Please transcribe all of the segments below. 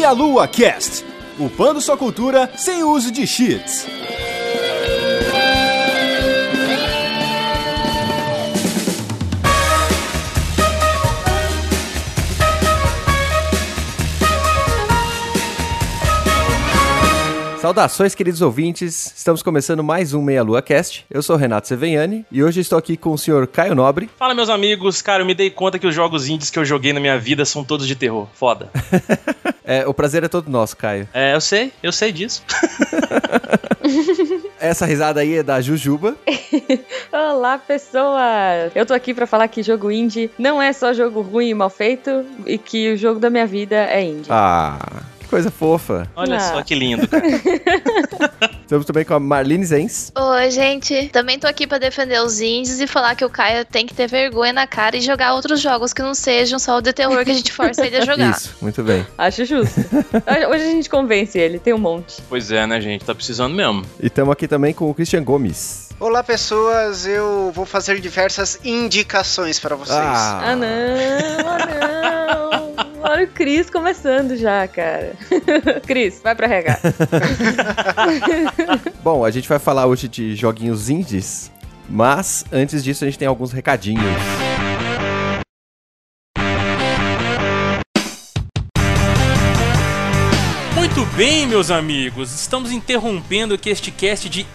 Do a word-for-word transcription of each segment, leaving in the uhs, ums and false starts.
Meia Lua Cast, upando sua cultura sem uso de cheats. Saudações, queridos ouvintes, estamos começando mais um Meia Lua Cast. Eu sou o Renato Seveniani e hoje estou aqui com o senhor Caio Nobre. Fala, meus amigos, cara, eu me dei conta que os jogos indies que eu joguei na minha vida são todos de terror, foda. É, o prazer é todo nosso, Caio. É, eu sei, eu sei disso. Essa risada aí é da Jujuba. Olá, pessoas! Eu tô aqui pra falar que jogo indie não é só jogo ruim e mal feito e que o jogo da minha vida é indie. Ah... Coisa fofa. Olha ah. só que lindo, cara. Estamos também com a Marlene Zenz. Oi, gente. Também tô aqui pra defender os indies e falar que o Caio tem que ter vergonha na cara e jogar outros jogos que não sejam só o de terror que a gente força ele a jogar. Isso, muito bem. Acho justo. Hoje a gente convence ele, tem um monte. Pois é, né, gente? Tá precisando mesmo. E estamos aqui também com o Christian Gomes. Olá, pessoas. Eu vou fazer diversas indicações para vocês. Ah, Ah, não, ah, não. Olha o Cris começando já, cara. Cris, vai pra regar. Bom, a gente vai falar hoje de joguinhos indies, mas antes disso a gente tem alguns recadinhos. Muito bem, meus amigos, estamos interrompendo aqui este cast de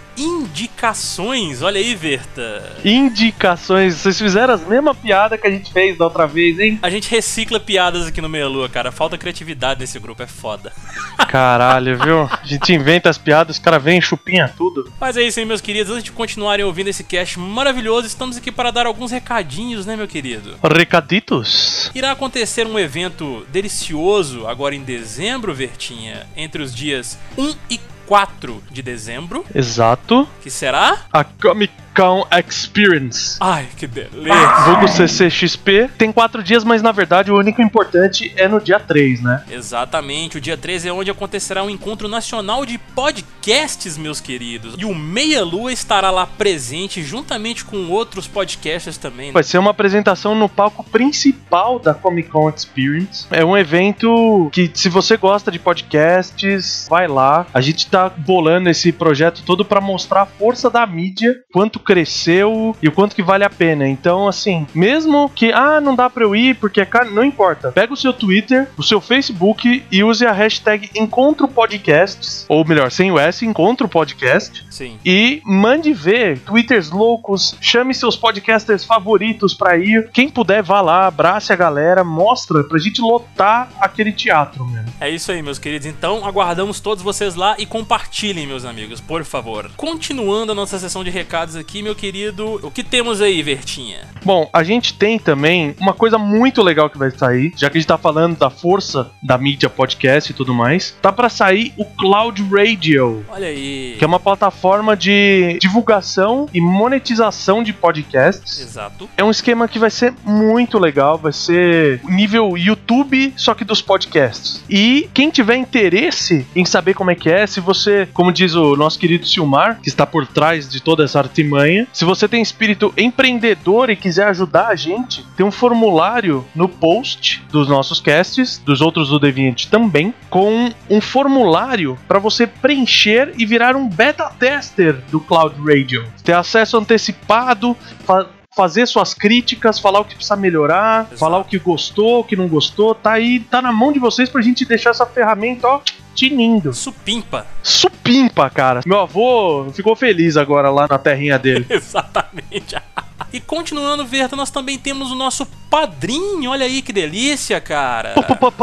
indicações. Olha aí, Verta. Indicações. Vocês fizeram as mesmas piadas que a gente fez da outra vez, hein? A gente recicla piadas aqui no Meia Lua, cara. Falta criatividade nesse grupo, é foda. Caralho, viu? A gente inventa as piadas, os caras vêm e chupinha tudo. Mas é isso aí, meus queridos. Antes de continuarem ouvindo esse cast maravilhoso, estamos aqui para dar alguns recadinhos, né, meu querido? Recaditos. Irá acontecer um evento delicioso agora em dezembro, Vertinha, entre os dias um e quatro de dezembro. Exato. Que será? A Comic Con Experience. Ai, que beleza. Vulgo C C X P. Tem quatro dias, mas na verdade o único importante é no dia três, né? Exatamente. O dia três é onde acontecerá um encontro nacional de podcasts, meus queridos. E o Meia Lua estará lá presente juntamente com outros podcasters também. Né? Vai ser uma apresentação no palco principal da Comic Con Experience. É um evento que, se você gosta de podcasts, vai lá. A gente tá bolando esse projeto todo pra mostrar a força da mídia, quanto cresceu e o quanto que vale a pena. Então, assim, mesmo que, ah, não dá pra eu ir porque é caro, não importa. Pega o seu Twitter, o seu Facebook e use a hashtag Encontro Podcasts, ou melhor, sem o S, Encontro Podcast. Sim. E mande ver, Twitters loucos, chame seus podcasters favoritos pra ir. Quem puder, vá lá, abrace a galera, mostra pra gente lotar aquele teatro, mesmo. É isso aí, meus queridos. Então, aguardamos todos vocês lá e compartilhem, meus amigos, por favor. Continuando a nossa sessão de recados aqui, meu querido, o que temos aí, Vertinha? Bom, a gente tem também uma coisa muito legal que vai sair, já que a gente tá falando da força da mídia podcast e tudo mais. Tá pra sair o Cloud Radio. Olha aí. Que é uma plataforma de divulgação e monetização de podcasts. Exato. É um esquema que vai ser muito legal, vai ser nível YouTube, só que dos podcasts. E quem tiver interesse em saber como é que é, se você, como diz o nosso querido Silmar, que está por trás de toda essa artimanha, se você tem espírito empreendedor e quiser ajudar a gente, tem um formulário no post dos nossos casts, dos outros do Deviant também, com um formulário para você preencher e virar um beta tester do Cloud Radio. Ter acesso antecipado, fa- fazer suas críticas, falar o que precisa melhorar, Exato. falar o que gostou, o que não gostou, tá aí, tá na mão de vocês pra gente deixar essa ferramenta, ó, tinindo. Supimpa. Supimpa, cara. Meu avô ficou feliz agora lá na terrinha dele. Exatamente. E continuando, Verta, nós também temos o nosso padrinho. Olha aí que delícia, cara.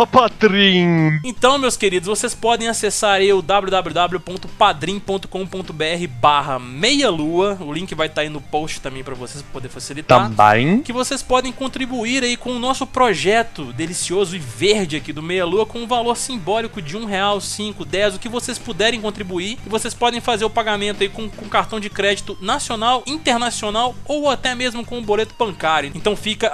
Padrim. Então, meus queridos, vocês podem acessar aí o w w w ponto padrim ponto com ponto b r barra meia lua. O link vai estar aí no post também para vocês poderem facilitar. Também. Que vocês podem contribuir aí com o nosso projeto delicioso e verde aqui do Meia Lua com um valor simbólico de um real, cinco, dez, o que vocês puderem contribuir. E vocês podem fazer o pagamento aí com, com cartão de crédito nacional, internacional ou até mesmo com um boleto bancário. Então fica a critério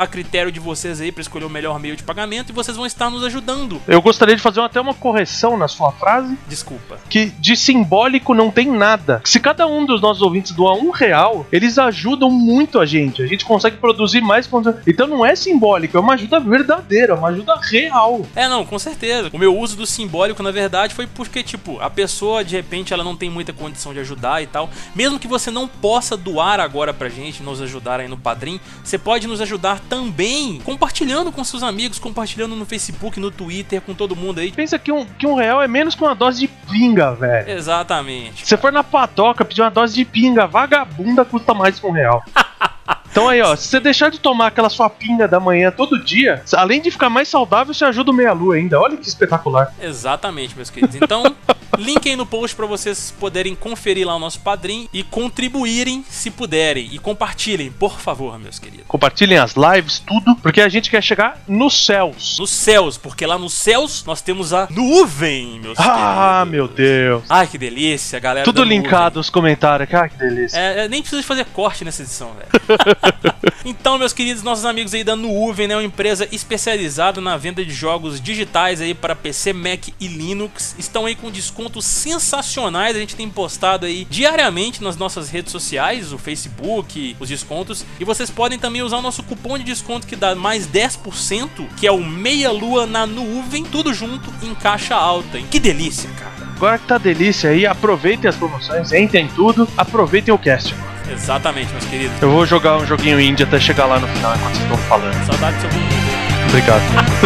critério de vocês aí pra escolher o melhor meio de pagamento e vocês vão estar nos ajudando. Eu gostaria de fazer até uma correção na sua frase. Desculpa. Que de simbólico não tem nada. Se cada um dos nossos ouvintes doar um real, eles ajudam muito a gente. A gente consegue produzir mais conteúdo. Então não é simbólico, é uma ajuda verdadeira, uma ajuda real. É, não, com certeza. O meu uso do simbólico, na verdade, foi porque, tipo, a pessoa, de repente, ela não tem muita condição de ajudar e tal. Mesmo que você não possa doar agora pra gente, nos ajudar aí no Padrim, você pode nos ajudar também compartilhando com seus amigos, compartilhando no Facebook, no Twitter, com todo mundo aí. Pensa que um, que um real é menos que uma dose de pinga, velho. Exatamente. Se você for na padoca pedir uma dose de pinga, vagabunda custa mais que um real. Então aí, ó, se você deixar de tomar aquela sua pinga da manhã todo dia, além de ficar mais saudável, você ajuda o Meia-Lua ainda. Olha que espetacular. Exatamente, meus queridos. Então, link aí no post pra vocês poderem conferir lá o nosso Padrim e contribuírem se puderem. E compartilhem, por favor, meus queridos. Compartilhem as lives, tudo, porque a gente quer chegar nos céus. Nos céus, porque lá nos céus nós temos a nuvem, meus queridos. Ah, meu Deus. Ai, que delícia, galera. Tudo linkado nos comentários. Ah, que delícia. É, é, nem precisa de fazer corte nessa edição, velho. Então, meus queridos, nossos amigos aí da Nuvem, né, uma empresa especializada na venda de jogos digitais aí para P C, Mac e Linux, estão aí com descontos sensacionais. A gente tem postado aí diariamente nas nossas redes sociais, o Facebook, os descontos, e vocês podem também usar o nosso cupom de desconto que dá mais dez por cento, que é o Meia Lua na Nuvem, tudo junto em caixa alta, hein? Que delícia, cara. Agora que tá delícia aí, aproveitem as promoções, entrem em tudo, aproveitem o cast. Exatamente, meus queridos. Eu vou jogar um joguinho indie até chegar lá no final, enquanto vocês estão falando. Saudade do seu bonito. Obrigado.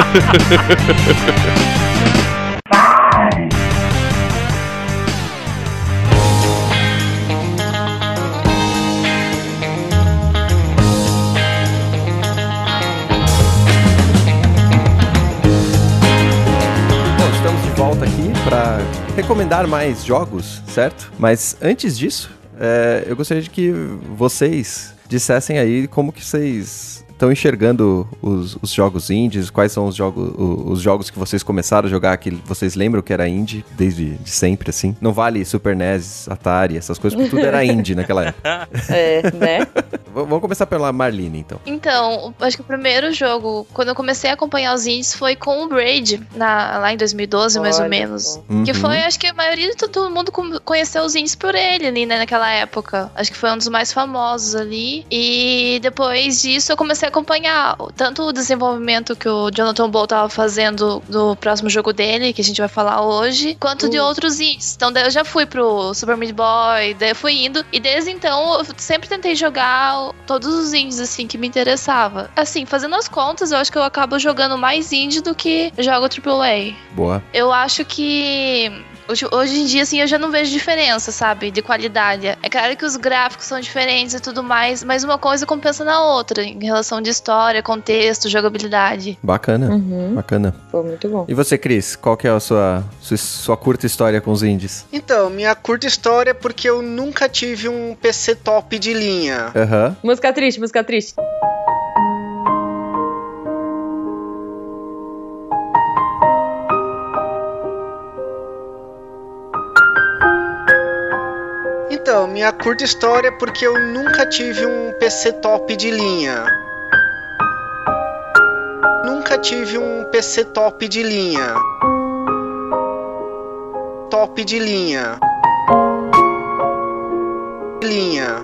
Bom, estamos de volta aqui para recomendar mais jogos, certo? Mas antes disso, é, eu gostaria de que vocês dissessem aí como que vocês estão enxergando os, os jogos indies, quais são os jogos, os jogos que vocês começaram a jogar, que vocês lembram que era indie desde de sempre, assim? Não vale Super N E S, Atari, essas coisas, porque tudo era indie naquela época. É, né? Vamos começar pela Marlene, então. Então, acho que o primeiro jogo, quando eu comecei a acompanhar os indies, foi com o Braid, na, lá em dois mil e doze, mais Olha ou menos. Uhum. Que foi, acho que a maioria de todo mundo conheceu os indies por ele ali, né, naquela época. Acho que foi um dos mais famosos ali. E depois disso, eu comecei a acompanhar tanto o desenvolvimento que o Jonathan Blow tava fazendo do próximo jogo dele, que a gente vai falar hoje, quanto uh. de outros indies. Então, daí eu já fui pro Super Meat Boy, daí eu fui indo. E desde então, eu sempre tentei jogar todos os indies, assim, que me interessava. Assim, fazendo as contas, eu acho que eu acabo jogando mais indie do que jogo triplo A. Boa. Eu acho que hoje, hoje em dia, assim, eu já não vejo diferença, sabe, de qualidade. É claro que os gráficos são diferentes e tudo mais, mas uma coisa compensa na outra, em relação de história, contexto, jogabilidade. Bacana, Uhum. bacana. Foi muito bom. E você, Cris, qual que é a sua, sua, sua curta história com os indies? Então, minha curta história é porque eu nunca tive um P C top de linha. Aham. Música triste, música triste. Então, minha curta história é porque eu nunca tive um P C top de linha. Nunca tive um P C top de linha. Top de linha. Linha.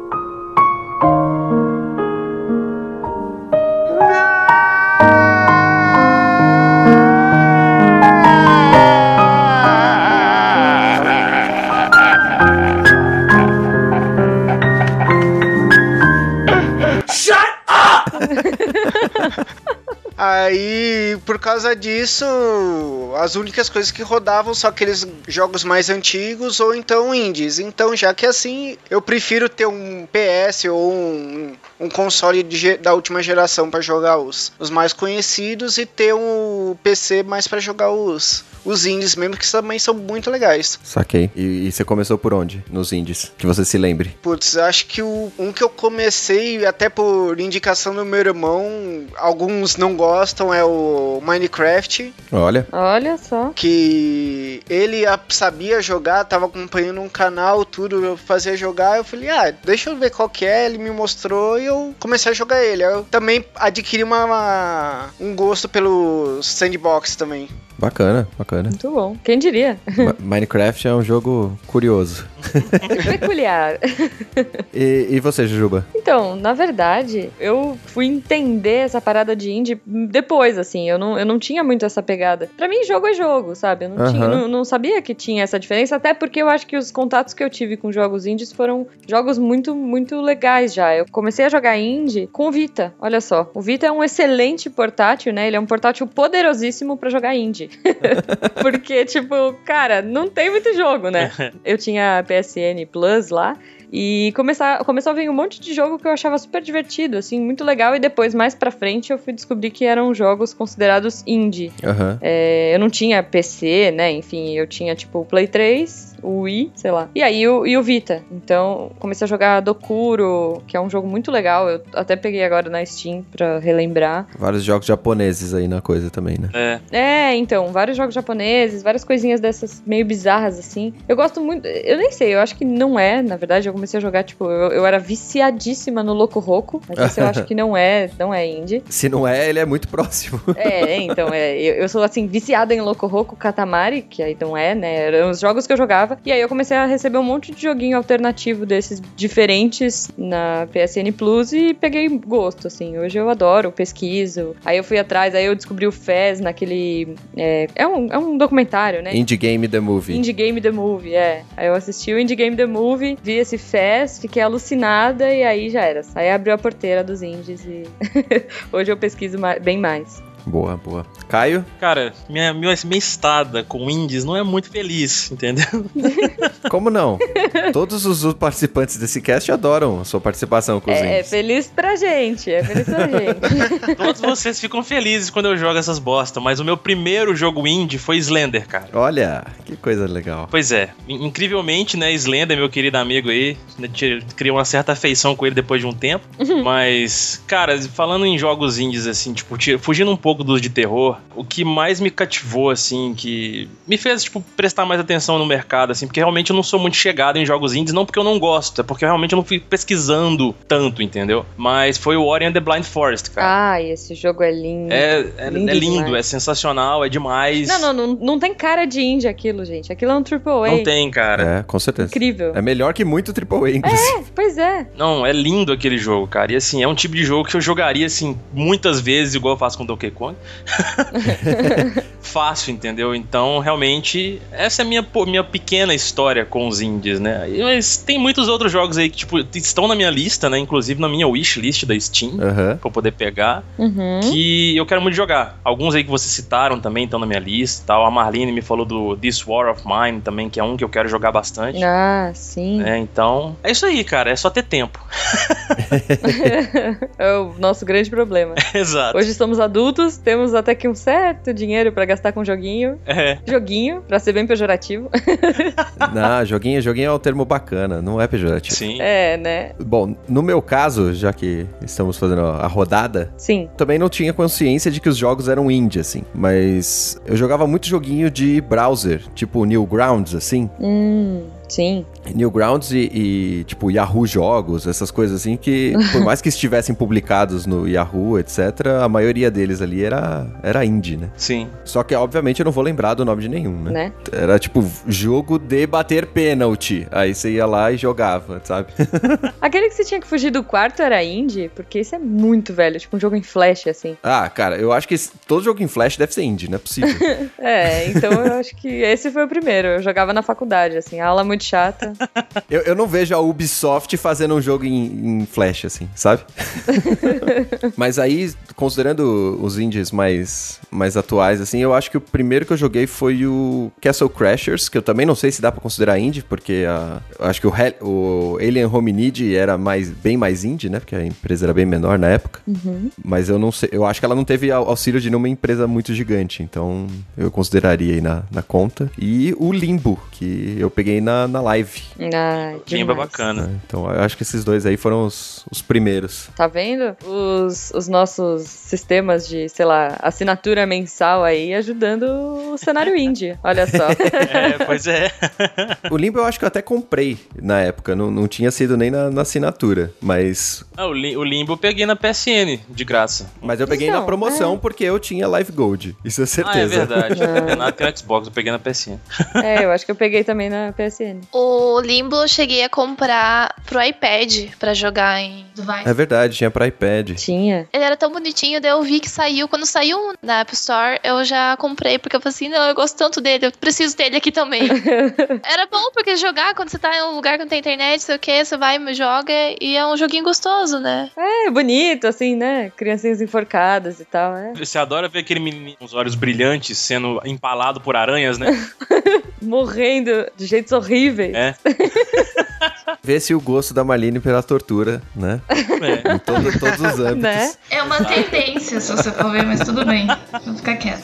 Aí, por causa disso, as únicas coisas que rodavam são aqueles jogos mais antigos ou então indies. Então, já que assim, eu prefiro ter um P S ou um, um console de, da última geração para jogar os, os mais conhecidos e ter um P C mais para jogar os, os indies mesmo, que também são muito legais. Saquei. E, e você começou por onde? Nos indies? Que você se lembre. Putz, acho que o, um que eu comecei, até por indicação do meu irmão, alguns não gostam, é o Minecraft. Olha. Olha só. Que ele sabia jogar, tava acompanhando um canal, tudo, eu fazia jogar, eu falei, ah, deixa eu ver qual que é, ele me mostrou e e eu comecei a jogar ele. Eu também adquiri uma, uma- um gosto pelo sandbox também. Bacana, bacana. Muito bom. Quem diria? Ma- Minecraft é um jogo curioso. Peculiar. E, e você, Jujuba? Então, na verdade, eu fui entender essa parada de indie depois, assim. Eu não, eu não tinha muito essa pegada. Pra mim, jogo é jogo, sabe? Eu não, Aham. tinha, não, não sabia que tinha essa diferença, até porque eu acho que os contatos que eu tive com jogos indies foram jogos muito, muito legais já. Eu comecei a jogar indie com o Vita, olha só. O Vita é um excelente portátil, né? Ele é um portátil poderosíssimo pra jogar indie. Porque, tipo, cara, não tem muito jogo, né? Eu tinha P S N Plus lá. E começar, começou a vir um monte de jogo que eu achava super divertido, assim, muito legal. E depois, mais pra frente, eu fui descobrir que eram jogos considerados indie. Aham. É, eu não tinha P C, né? Enfim, eu tinha, tipo, o Play três, o Wii, sei lá. E aí, o, e o Vita. Então, comecei a jogar Dokuro, que é um jogo muito legal. Eu até peguei agora na Steam pra relembrar. Vários jogos japoneses aí na coisa também, né? É. É, então, vários jogos japoneses, várias coisinhas dessas meio bizarras, assim. Eu gosto muito, eu nem sei, eu acho que não é, na verdade, eu comecei a jogar, tipo, eu, eu era viciadíssima no Loco Roco, mas esse eu acho que não é, não é indie. Se não é, ele é muito próximo. É, então, é, eu, eu sou, assim, viciada em Loco Roco, Katamari, que aí não é, né, eram os jogos que eu jogava, e aí eu comecei a receber um monte de joguinho alternativo desses diferentes na P S N Plus e peguei gosto, assim, hoje eu adoro, pesquiso, aí eu fui atrás, aí eu descobri o Fez naquele, é, é, um, é um documentário, né? Indie Game The Movie. Indie Game The Movie, é. Aí eu assisti o Indie Game The Movie, vi esse Fez, fiquei alucinada e aí já era. Aí abriu a porteira dos indies e hoje eu pesquiso ma- bem mais. Boa, boa. Caio? Cara, minha, minha, minha estada com indies não é muito feliz, entendeu? Como não? Todos os participantes desse cast adoram a sua participação com os É, é indies. feliz pra gente, é feliz pra gente. Todos vocês ficam felizes quando eu jogo essas bosta, mas o meu primeiro jogo indie foi Slender, cara. Olha, que coisa legal. Pois é, in- incrivelmente, né, Slender, meu querido amigo aí, né, te- criou uma certa afeição com ele depois de um tempo, mas, cara, falando em jogos indies, assim, tipo, tira- fugindo um pouco dos de terror, o que mais me cativou, assim, que me fez, tipo, prestar mais atenção no mercado, assim, porque realmente eu não sou muito chegado em jogos indies, não porque eu não gosto, é porque realmente eu não fui pesquisando tanto, entendeu? Mas foi o Ori and the Blind Forest, cara. Ai, esse jogo é lindo. É, é, lindo é lindo, demais. é sensacional, é demais. Não, não, não, não tem cara de indie aquilo, gente. Aquilo é um triple A. Não tem, cara. É, com certeza. Incrível. É melhor que muito triple A, inclusive. Pois é. Não, é lindo aquele jogo, cara. E assim, é um tipo de jogo que eu jogaria, assim, muitas vezes, igual eu faço com Donkey Kong. Fácil, entendeu? Então, realmente, essa é a minha, pô, minha pequena história com os indies, né? Mas tem muitos outros jogos aí que, tipo, estão na minha lista, né? Inclusive na minha wishlist da Steam, Aham. pra eu poder pegar, Uhum. que eu quero muito jogar. Alguns aí que vocês citaram também estão na minha lista e tal. A Marlene me falou do This War of Mine também, que é um que eu quero jogar bastante. Ah, sim. É, então, é isso aí, cara. É só ter tempo. É o nosso grande problema. Exato. Hoje somos adultos, temos até que um certo dinheiro pra gastar com joguinho. É. Joguinho, pra ser bem pejorativo. Não, joguinho, joguinho é um termo bacana, não é pejorativo. Sim. É, né? Bom, no meu caso, já que estamos fazendo a rodada, Sim. também não tinha consciência de que os jogos eram indie, assim. Mas eu jogava muito joguinho de browser, tipo Newgrounds, assim. Hum, sim. Newgrounds e, e, tipo, Yahoo Jogos, essas coisas assim que, por mais que estivessem publicados no Yahoo, etcétera, a maioria deles ali era, era indie, né? Sim. Só que, obviamente, eu não vou lembrar do nome de nenhum, né? Né? Era, tipo, jogo de bater pênalti. Aí você ia lá e jogava, sabe? Aquele que você tinha que fugir do quarto era indie, porque esse é muito velho, tipo um jogo em flash, assim. Ah, cara, eu acho que esse- todo jogo em Flash deve ser indie, não é possível. É, então eu acho que esse foi o primeiro. Eu jogava na faculdade, assim, aula muito chata. eu, eu não vejo a Ubisoft fazendo um jogo em, em Flash, assim, sabe? Mas aí, considerando os indies mais, mais atuais, assim, eu acho que o primeiro que eu joguei foi o Castle Crashers, que eu também não sei se dá pra considerar indie, porque a, eu acho que o, Hel- o Alien Hominid era mais, bem mais indie, né? Porque a empresa era bem menor na época. Uhum. Mas eu não sei, eu acho que ela não teve au- auxílio de nenhuma empresa muito gigante, então eu consideraria aí na, na conta. E o Limbo, que eu peguei na, na live. Ah, Limbo é demais. bacana. Né? Então eu acho que esses dois aí foram os, os primeiros. Tá vendo? Os, os nossos os sistemas de, sei lá, assinatura mensal aí, ajudando o cenário indie. Olha só. É, pois é. O Limbo eu acho que eu até comprei na época, não, não tinha sido nem na, na assinatura, mas... Ah, o, Lim- o Limbo eu peguei na P S N, de graça. Mas eu peguei Então, na promoção é. porque eu tinha Live Gold, isso é certeza. Ah, é verdade. É. Renato tem o Xbox, eu peguei na P S N. É, eu acho que eu peguei também na P S N. O Limbo eu cheguei a comprar pro iPad pra jogar em device. É verdade, tinha pra iPad. Tinha. Ele era tão bonitinho, daí eu vi que saiu. Quando saiu na App Store, eu já comprei, porque eu falei assim, não, eu gosto tanto dele, eu preciso dele aqui também. Era bom, porque jogar, quando você tá em um lugar que não tem internet, sei o que, você vai e joga, e é um joguinho gostoso, né? É, bonito, assim, né? Criancinhas enforcadas e tal, é. Você adora ver aquele menino com os olhos brilhantes sendo empalado por aranhas, né? Morrendo de jeitos horríveis. É. Vê-se o gosto da Marlene pela tortura, né? É. Em todo- todos os âmbitos. Né? É uma tendência, se você for ver, mas tudo bem. Vou ficar quieto.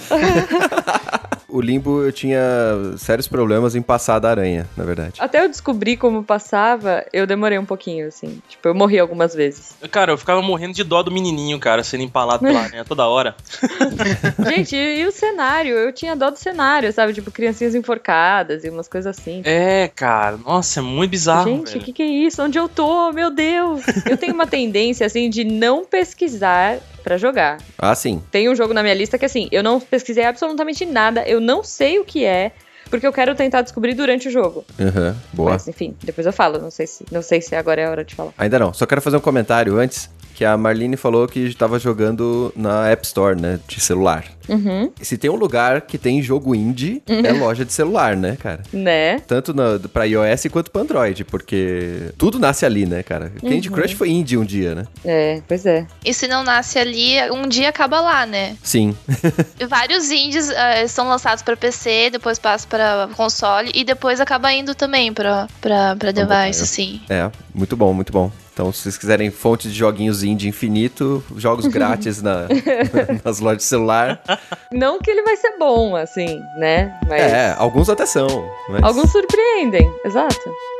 O Limbo eu tinha sérios problemas em passar da aranha, na verdade. Até eu descobrir como passava, eu demorei um pouquinho, assim. Tipo, eu morri algumas vezes. Cara, eu ficava morrendo de dó do menininho, cara, sendo empalado pela aranha toda hora. Gente, e, e o cenário? Eu tinha dó do cenário, sabe? Tipo, criancinhas enforcadas e umas coisas assim. É, cara, nossa, é muito bizarro, Gente, o velho. que, que é isso? Onde eu tô? Meu Deus! Eu tenho uma tendência, assim, de não pesquisar pra jogar. Ah, sim. Tem um jogo na minha lista que, assim, eu não pesquisei absolutamente nada, eu não sei o que é, porque eu quero tentar descobrir durante o jogo. Aham, boa. Mas, enfim, depois eu falo, não sei se, não sei se agora é a hora de falar. Ainda não, só quero fazer um comentário antes, que a Marlene falou que estava jogando na App Store, né, de celular. Uhum. Se tem um lugar que tem jogo indie, é loja de celular, né, cara? Né? Tanto na, pra iOS quanto pra Android, porque tudo nasce ali, né, cara? Candy Crush foi indie um dia, né? É, pois é. E se não nasce ali, um dia acaba lá, né? Sim. E vários indies uh, são lançados pra P C, depois passa pra console e depois acaba indo também pra, pra, pra device, assim. É, muito bom, muito bom. Então, se vocês quiserem fonte de joguinhos indie infinito, jogos grátis na, nas lojas de celular. Não que ele vai ser bom, assim, né? Mas É, alguns até são. Mas... alguns surpreendem, exato.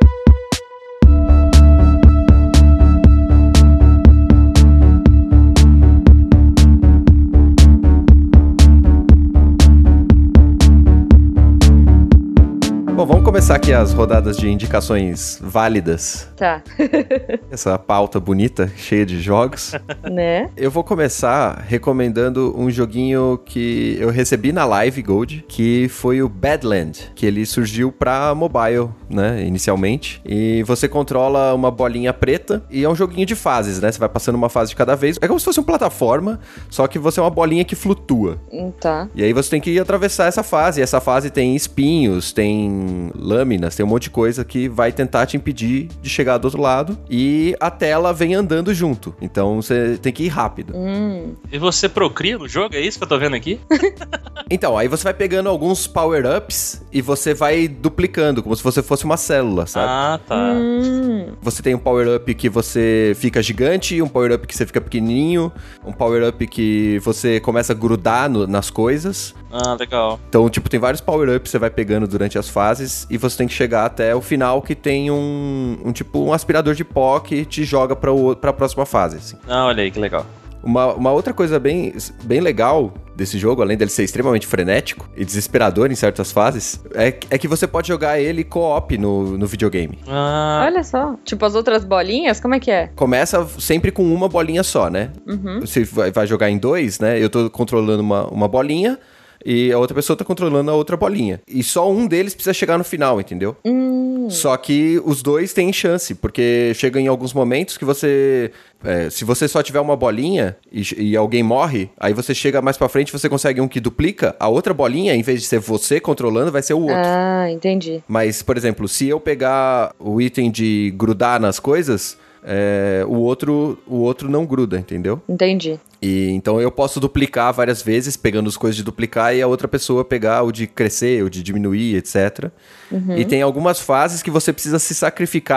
Bom, vamos começar aqui as rodadas de indicações válidas. Tá. Essa pauta bonita, cheia de jogos. Né? Eu vou começar recomendando um joguinho que eu recebi na Live Gold, que foi o Badland, que ele surgiu pra mobile, né, inicialmente. E você controla uma bolinha preta e é um joguinho de fases, né? Você vai passando uma fase de cada vez. É como se fosse uma plataforma, só que você é uma bolinha que flutua. Hum, Tá. E aí você tem que atravessar essa fase. E essa fase tem espinhos, tem lâminas, tem um monte de coisa que vai tentar te impedir de chegar do outro lado. E a tela vem andando junto. Então você tem que ir rápido. Hum. E você procria no jogo? É isso que eu tô vendo aqui? Então, aí você vai pegando alguns power-ups e você vai duplicando, como se você fosse uma célula, sabe? Ah, tá. Hum. Você tem um power-up que você fica gigante, um power-up que você fica pequenininho, um power-up que você começa a grudar no- nas coisas. Ah, legal. Então, tipo, tem vários power-ups que você vai pegando durante as fases e você tem que chegar até o final que tem um, um tipo, um aspirador de pó que te joga pra, o, pra próxima fase, assim. Ah, olha aí, que legal. Uma, uma outra coisa bem, bem legal desse jogo, além dele ser extremamente frenético e desesperador em certas fases, é, é que você pode jogar ele co-op no, no videogame. Ah, Olha só. Tipo, as outras bolinhas, como é que é? Começa sempre com uma bolinha só, né? Uhum. Você vai, vai jogar em dois, né? Eu tô controlando uma, uma bolinha e a outra pessoa tá controlando a outra bolinha. E só um deles precisa chegar no final, entendeu? Hum. Só que os dois têm chance, porque chega em alguns momentos que você... é, se você só tiver uma bolinha e, e alguém morre, aí você chega mais pra frente e você consegue um que duplica, a outra bolinha, em vez de ser você controlando, vai ser o outro. Ah, entendi. Mas, por exemplo, se eu pegar o item de grudar nas coisas, é, o, outro, o outro não gruda, entendeu? Entendi. E então eu posso duplicar várias vezes, pegando as coisas de duplicar, e a outra pessoa pegar o de crescer, o de diminuir, etcétera. Uhum. E tem algumas fases que você precisa se sacrificar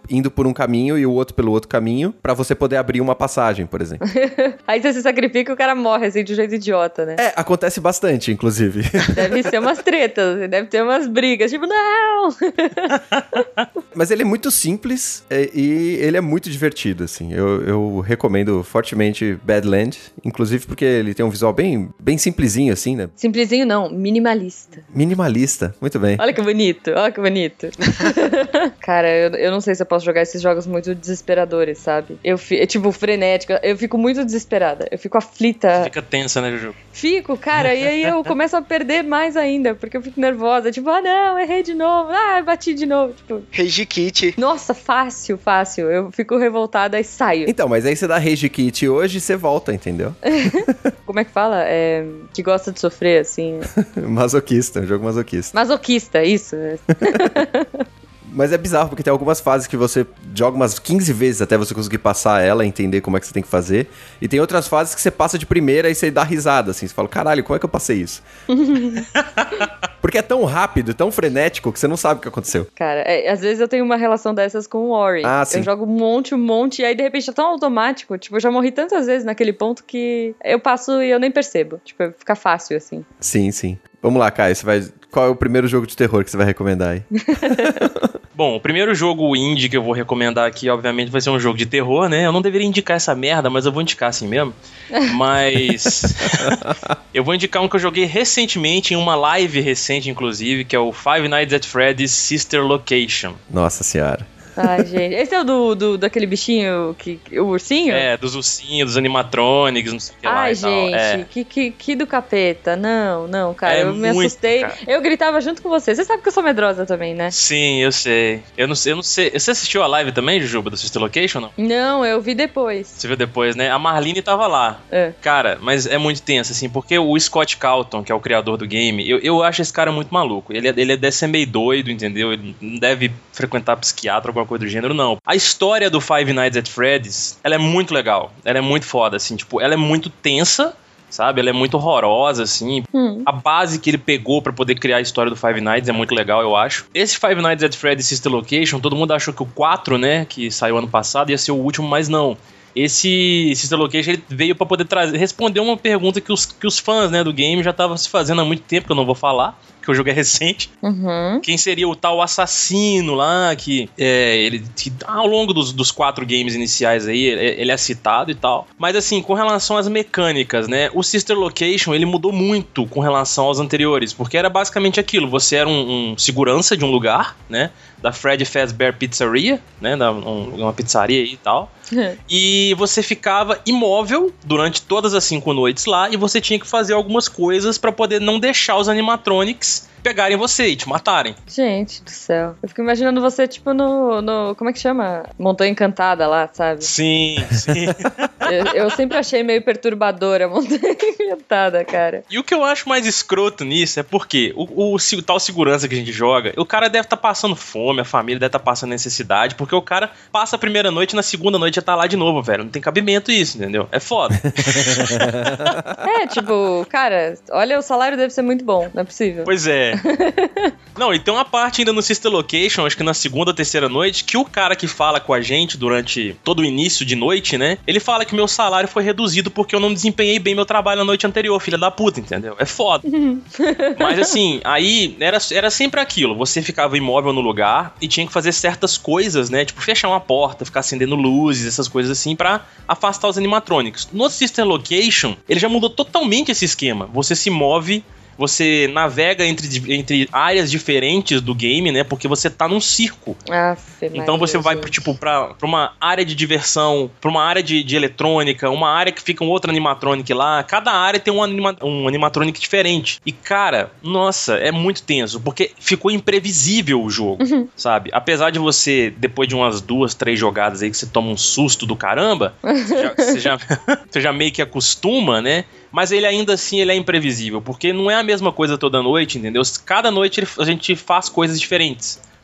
indo por um caminho e o outro pelo outro caminho, pra você poder abrir uma passagem, por exemplo. Aí você se sacrifica e o cara morre, assim, de um jeito idiota, né? É, acontece bastante, inclusive. Deve ser umas tretas, deve ter umas brigas, tipo, não! Mas ele é muito simples é, e ele é muito divertido, assim. Eu, eu recomendo fortemente Badlands, inclusive porque ele tem um visual bem, bem simplesinho, assim, né? Simplesinho não, minimalista. Minimalista, muito bem. Olha que bonito, olha que bonito. Cara, eu, eu não sei se eu posso jogar esses jogos muito desesperadores, sabe? Eu fico, tipo, frenética, eu fico muito desesperada, eu fico aflita. Fica tensa, né, Juju? Fico, cara, e aí eu começo a perder mais ainda, porque eu fico nervosa, tipo, ah não, errei de novo, ah, bati de novo, tipo... Rage Kit. Nossa, fácil, fácil, eu fico revoltada e saio. Então, mas aí você dá Rage Kit hoje e você volta, entendeu? Como é que fala? É, que gosta de sofrer, assim. Masoquista, um jogo masoquista. Masoquista, isso. Mas é bizarro, porque tem algumas fases que você joga umas quinze vezes até você conseguir passar ela, entender como é que você tem que fazer. E tem outras fases que você passa de primeira e você dá risada, assim. Você fala, caralho, como é que eu passei isso? Porque é tão rápido, tão frenético, que você não sabe o que aconteceu. Cara, é, às vezes eu tenho uma relação dessas com o Ori. Ah, sim. Eu jogo um monte, um monte, e aí de repente é tão automático. Tipo, eu já morri tantas vezes naquele ponto que eu passo e eu nem percebo. Tipo, fica fácil, assim. Sim, sim. Vamos lá, Caio, você vai... Qual é o primeiro jogo de terror que você vai recomendar aí? Bom, o primeiro jogo indie que eu vou recomendar aqui, obviamente, vai ser um jogo de terror, né? Eu não deveria indicar essa merda, mas eu vou indicar assim mesmo. Mas eu vou indicar um que eu joguei recentemente, em uma live recente, inclusive, que é o Five Nights at Freddy's Sister Location. Nossa senhora. Ai, gente. Esse é o do, do, daquele bichinho, que, o ursinho? É, dos ursinhos, dos animatronics, não sei o que lá Ai, e tal. gente, É. que, que, que do capeta. Não, não, cara, É eu me muito, assustei. cara. Eu gritava junto com você. Você sabe que eu sou medrosa também, né? Sim, eu sei. Eu não sei, eu não sei. Você assistiu a live também, Jujuba, do Sister Location, não? Não, eu vi depois. Você viu depois, né? A Marlene tava lá. É. Cara, mas é muito tenso, assim, porque o Scott Calton, que é o criador do game, eu, eu acho esse cara muito maluco. Ele, é- ele deve ser meio doido, entendeu? Ele não deve frequentar psiquiatra ou alguma coisa do gênero, não. A história do Five Nights at Freddy's, ela é muito legal. Ela é muito foda, assim, tipo, ela é muito tensa, sabe? Ela é muito horrorosa, assim. Hum. A base que ele pegou pra poder criar a história do Five Nights é muito legal, eu acho. Esse Five Nights at Freddy's Sister Location, todo mundo achou que o quatro, né, que saiu ano passado, ia ser o último, mas não. Esse Sister Location, ele veio pra poder trazer, responder uma pergunta que os, que os fãs, né, do game já estavam se fazendo há muito tempo, que eu não vou falar, que o jogo é recente. Uhum. Quem seria o tal assassino lá, que, é, ele, que ao longo dos, dos quatro games iniciais aí, ele, ele é citado e tal. Mas assim, com relação às mecânicas, né, o Sister Location, ele mudou muito com relação aos anteriores, porque era basicamente aquilo, você era um, um segurança de um lugar, né, da Freddy Fazbear Pizzeria, né, da, um, uma pizzaria aí e tal, e você ficava imóvel durante todas as cinco noites lá, e você tinha que fazer algumas coisas pra poder não deixar os animatronics pegarem você e te matarem. Gente do céu. Eu fico imaginando você, tipo, no, no... Como é que chama? Montanha Encantada lá, sabe? Sim, sim. Eu, eu sempre achei meio perturbadora a Montanha Encantada, cara. E o que eu acho mais escroto nisso é porque o, o, o tal segurança que a gente joga, o cara deve estar tá passando fome, a família deve estar tá passando necessidade, porque o cara passa a primeira noite e na segunda noite já tá lá de novo, velho. Não tem cabimento isso, entendeu? É foda. É, tipo, cara, olha, o salário deve ser muito bom, não é possível. Pois é. Não, e tem uma parte ainda no Sister Location, acho que na segunda ou terceira noite, que o cara que fala com a gente durante todo o início de noite, né, ele fala que meu salário foi reduzido porque eu não desempenhei bem meu trabalho na noite anterior, filha da puta, entendeu? É foda. Mas assim, aí era, era sempre aquilo, você ficava imóvel no lugar e tinha que fazer certas coisas, né, tipo fechar uma porta, ficar acendendo luzes, essas coisas assim, pra afastar os animatrônicos. No Sister Location, ele já mudou totalmente esse esquema. Você se move, você navega entre, entre áreas diferentes do game, né? Porque você tá num circo. Aff, então você vai, pro, tipo, pra, pra uma área de diversão, pra uma área de, de eletrônica, uma área que fica um outro animatronic lá. Cada área tem um, anima, um animatronic diferente. E, cara, nossa, é muito tenso, porque ficou imprevisível o jogo, uhum. sabe? Apesar de você, depois de umas duas, três jogadas aí que você toma um susto do caramba, você já, você já, você já meio que acostuma, né? Mas ele ainda assim ele é imprevisível, porque não é a mesma coisa toda noite, entendeu? Cada noite ele, a gente faz coisas diferentes.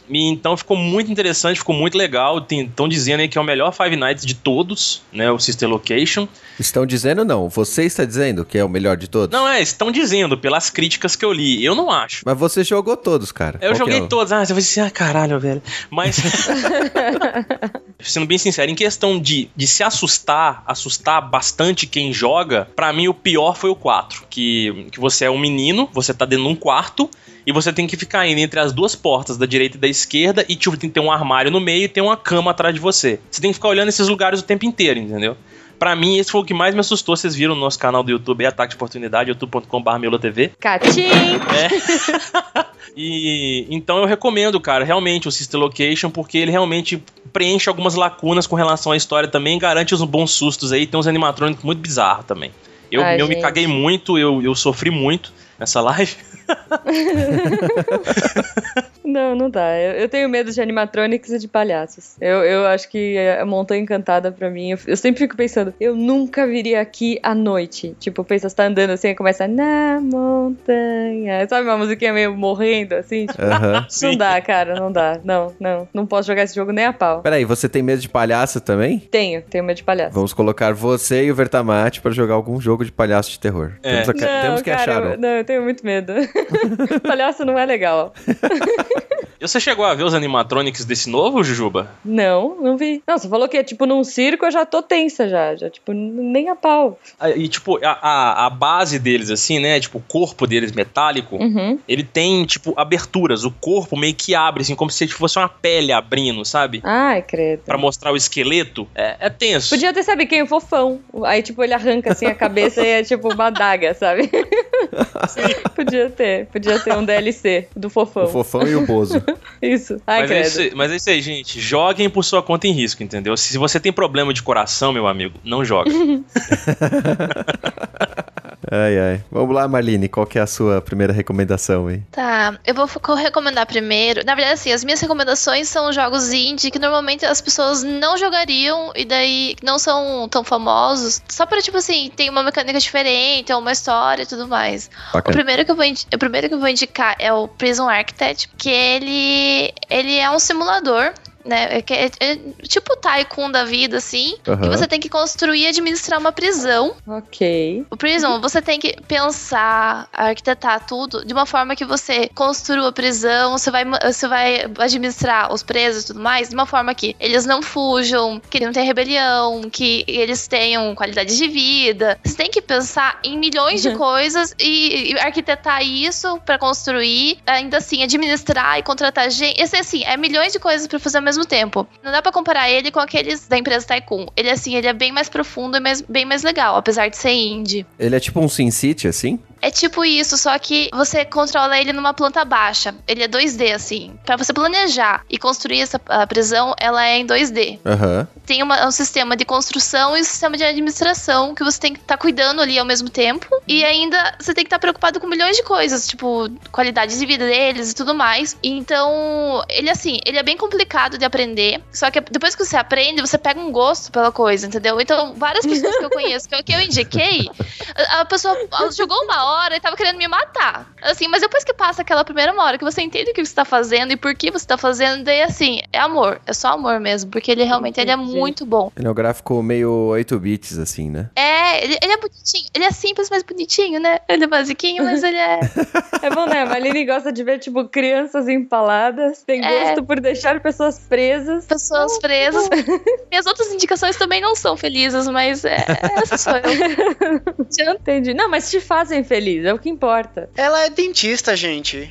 E então ficou muito interessante, ficou muito legal. Estão dizendo aí que é o melhor Five Nights de todos, né? O Sister Location. Estão dizendo não, você está dizendo que é o melhor de todos? Não, é, estão dizendo, pelas críticas que eu li. Eu não acho. Mas você jogou todos, cara. Eu Qual joguei que é o... todos. Ah, você vai dizer, ah, caralho, velho. Mas, sendo bem sincero, em questão de, de se assustar, assustar bastante quem joga, pra mim o pior foi o quatro. Que, que você é um menino, você tá dentro de um quarto, e você tem que ficar indo entre as duas portas, da direita e da esquerda, e tipo, tem que ter um armário no meio e tem uma cama atrás de você. Você tem que ficar olhando esses lugares o tempo inteiro, entendeu? Pra mim, esse foi o que mais me assustou. Vocês viram no nosso canal do YouTube, é Ataque de Oportunidade, youtube ponto com barra Meolua T V. Catim! É. E então eu recomendo, cara, realmente o Sister Location, porque ele realmente preenche algumas lacunas com relação à história também, garante uns bons sustos aí, tem uns animatrônicos muito bizarros também. Eu, Ai, eu me gente. caguei muito, eu, eu sofri muito nessa live. Não, não dá. Eu, eu tenho medo de animatronics e de palhaços. Eu, eu acho que a Montanha Encantada, pra mim, eu, eu sempre fico pensando, eu nunca viria aqui à noite. Tipo, pensa, você tá andando assim e começa na montanha. Sabe uma musiquinha meio morrendo, assim? Tipo, Aham. não dá, cara, não dá. Não, não. Não posso jogar esse jogo nem a pau. Peraí, você tem medo de palhaço também? Tenho, tenho medo de palhaço. Vamos colocar você e o Vertamate pra jogar algum jogo de palhaço de terror. É. Temos, a, Não, temos que cara, achar eu, um. não, eu tenho muito medo. Palhaço não é legal. Você chegou a ver os animatronics desse novo, Jujuba? Não, não vi. Não, você falou que é tipo num circo, eu já tô tensa já. Já, tipo, nem a pau. E, tipo, a, a, a base deles, assim, né? Tipo, o corpo deles metálico, Uhum. ele tem, tipo, aberturas. O corpo meio que abre, assim, como se fosse uma pele abrindo, sabe? Ai, credo. Pra mostrar o esqueleto. É, é tenso. Podia ter, sabe quem? O Fofão. Aí, tipo, ele arranca assim a cabeça e é tipo uma adaga, sabe? Podia ter. Podia ter um D L C do Fofão. O Fofão e o Bozo. Isso. Ai, Mas é, credo. isso, aí- mas é isso aí, gente. Joguem por sua conta em risco, entendeu? Se você tem problema de coração, meu amigo, não joga. Ai, ai. Vamos lá, Marlene, qual que é a sua primeira recomendação aí? Tá, eu vou co- recomendar primeiro. Na verdade, assim, as minhas recomendações são jogos indie que normalmente as pessoas não jogariam e daí não são tão famosos. Só pra, tipo assim, tem uma mecânica diferente, ou uma história e tudo mais. O Bacana. primeiro, que eu vou indi- o primeiro que eu vou indicar é o Prison Architect, que ele, ele é um simulador, né? É, que é- é tipo o Tycoon da vida, assim. Aham. Que você tem que construir e administrar uma prisão. Ok. O Prison, você tem que pensar, arquitetar tudo de uma forma que você construa a prisão, você vai, você vai administrar os presos e tudo mais, de uma forma que eles não fujam, que não tenha rebelião, que eles tenham qualidade de vida. Você tem que pensar em milhões de coisas e, e arquitetar isso pra construir, ainda assim, administrar e contratar gente. Esse, assim, é milhões de coisas pra fazer ao mesmo tempo. Não dá pra comparar ele com aqueles da empresa Tycoon. Ele, assim, ele é bem mais profundo e mais, bem mais legal, apesar de ser indie. Ele é tipo um Sin City, assim? É tipo isso, só que você controla ele numa planta baixa. Ele é dois D, assim. Pra você planejar e construir essa a prisão, ela é em dois D. Aham. Tem uma- um sistema de construção e um sistema de administração que você tem que estar cuidando ali ao mesmo tempo. E ainda você tem que estar preocupado com milhões de coisas, tipo, qualidade de vida deles e tudo mais. Então, ele assim, ele é bem complicado de aprender. Só que depois que você aprende, você pega um gosto pela coisa, entendeu? Então, várias pessoas que eu conheço, que eu, que eu indiquei, a, a pessoa jogou uma hora e tava querendo me matar. Assim, mas depois que passa aquela primeira uma hora, que você entende o que você tá fazendo e por que você tá fazendo, daí assim, é amor. É só amor mesmo, porque ele realmente ele é Entendi. muito bom. Ele é um gráfico meio oito bits, assim, né? É, ele, ele é bonitinho. Ele é simples, mas bonitinho, né? Ele é basiquinho, mas ele é... É bom, né? A Marlene gosta de ver, tipo, crianças empaladas. Tem É. gosto por deixar pessoas presas. pessoas presas. Minhas outras indicações também não são felizes, mas é, essa sou eu. Entendi. Não, mas te fazem feliz, é o que importa. Ela é dentista, gente.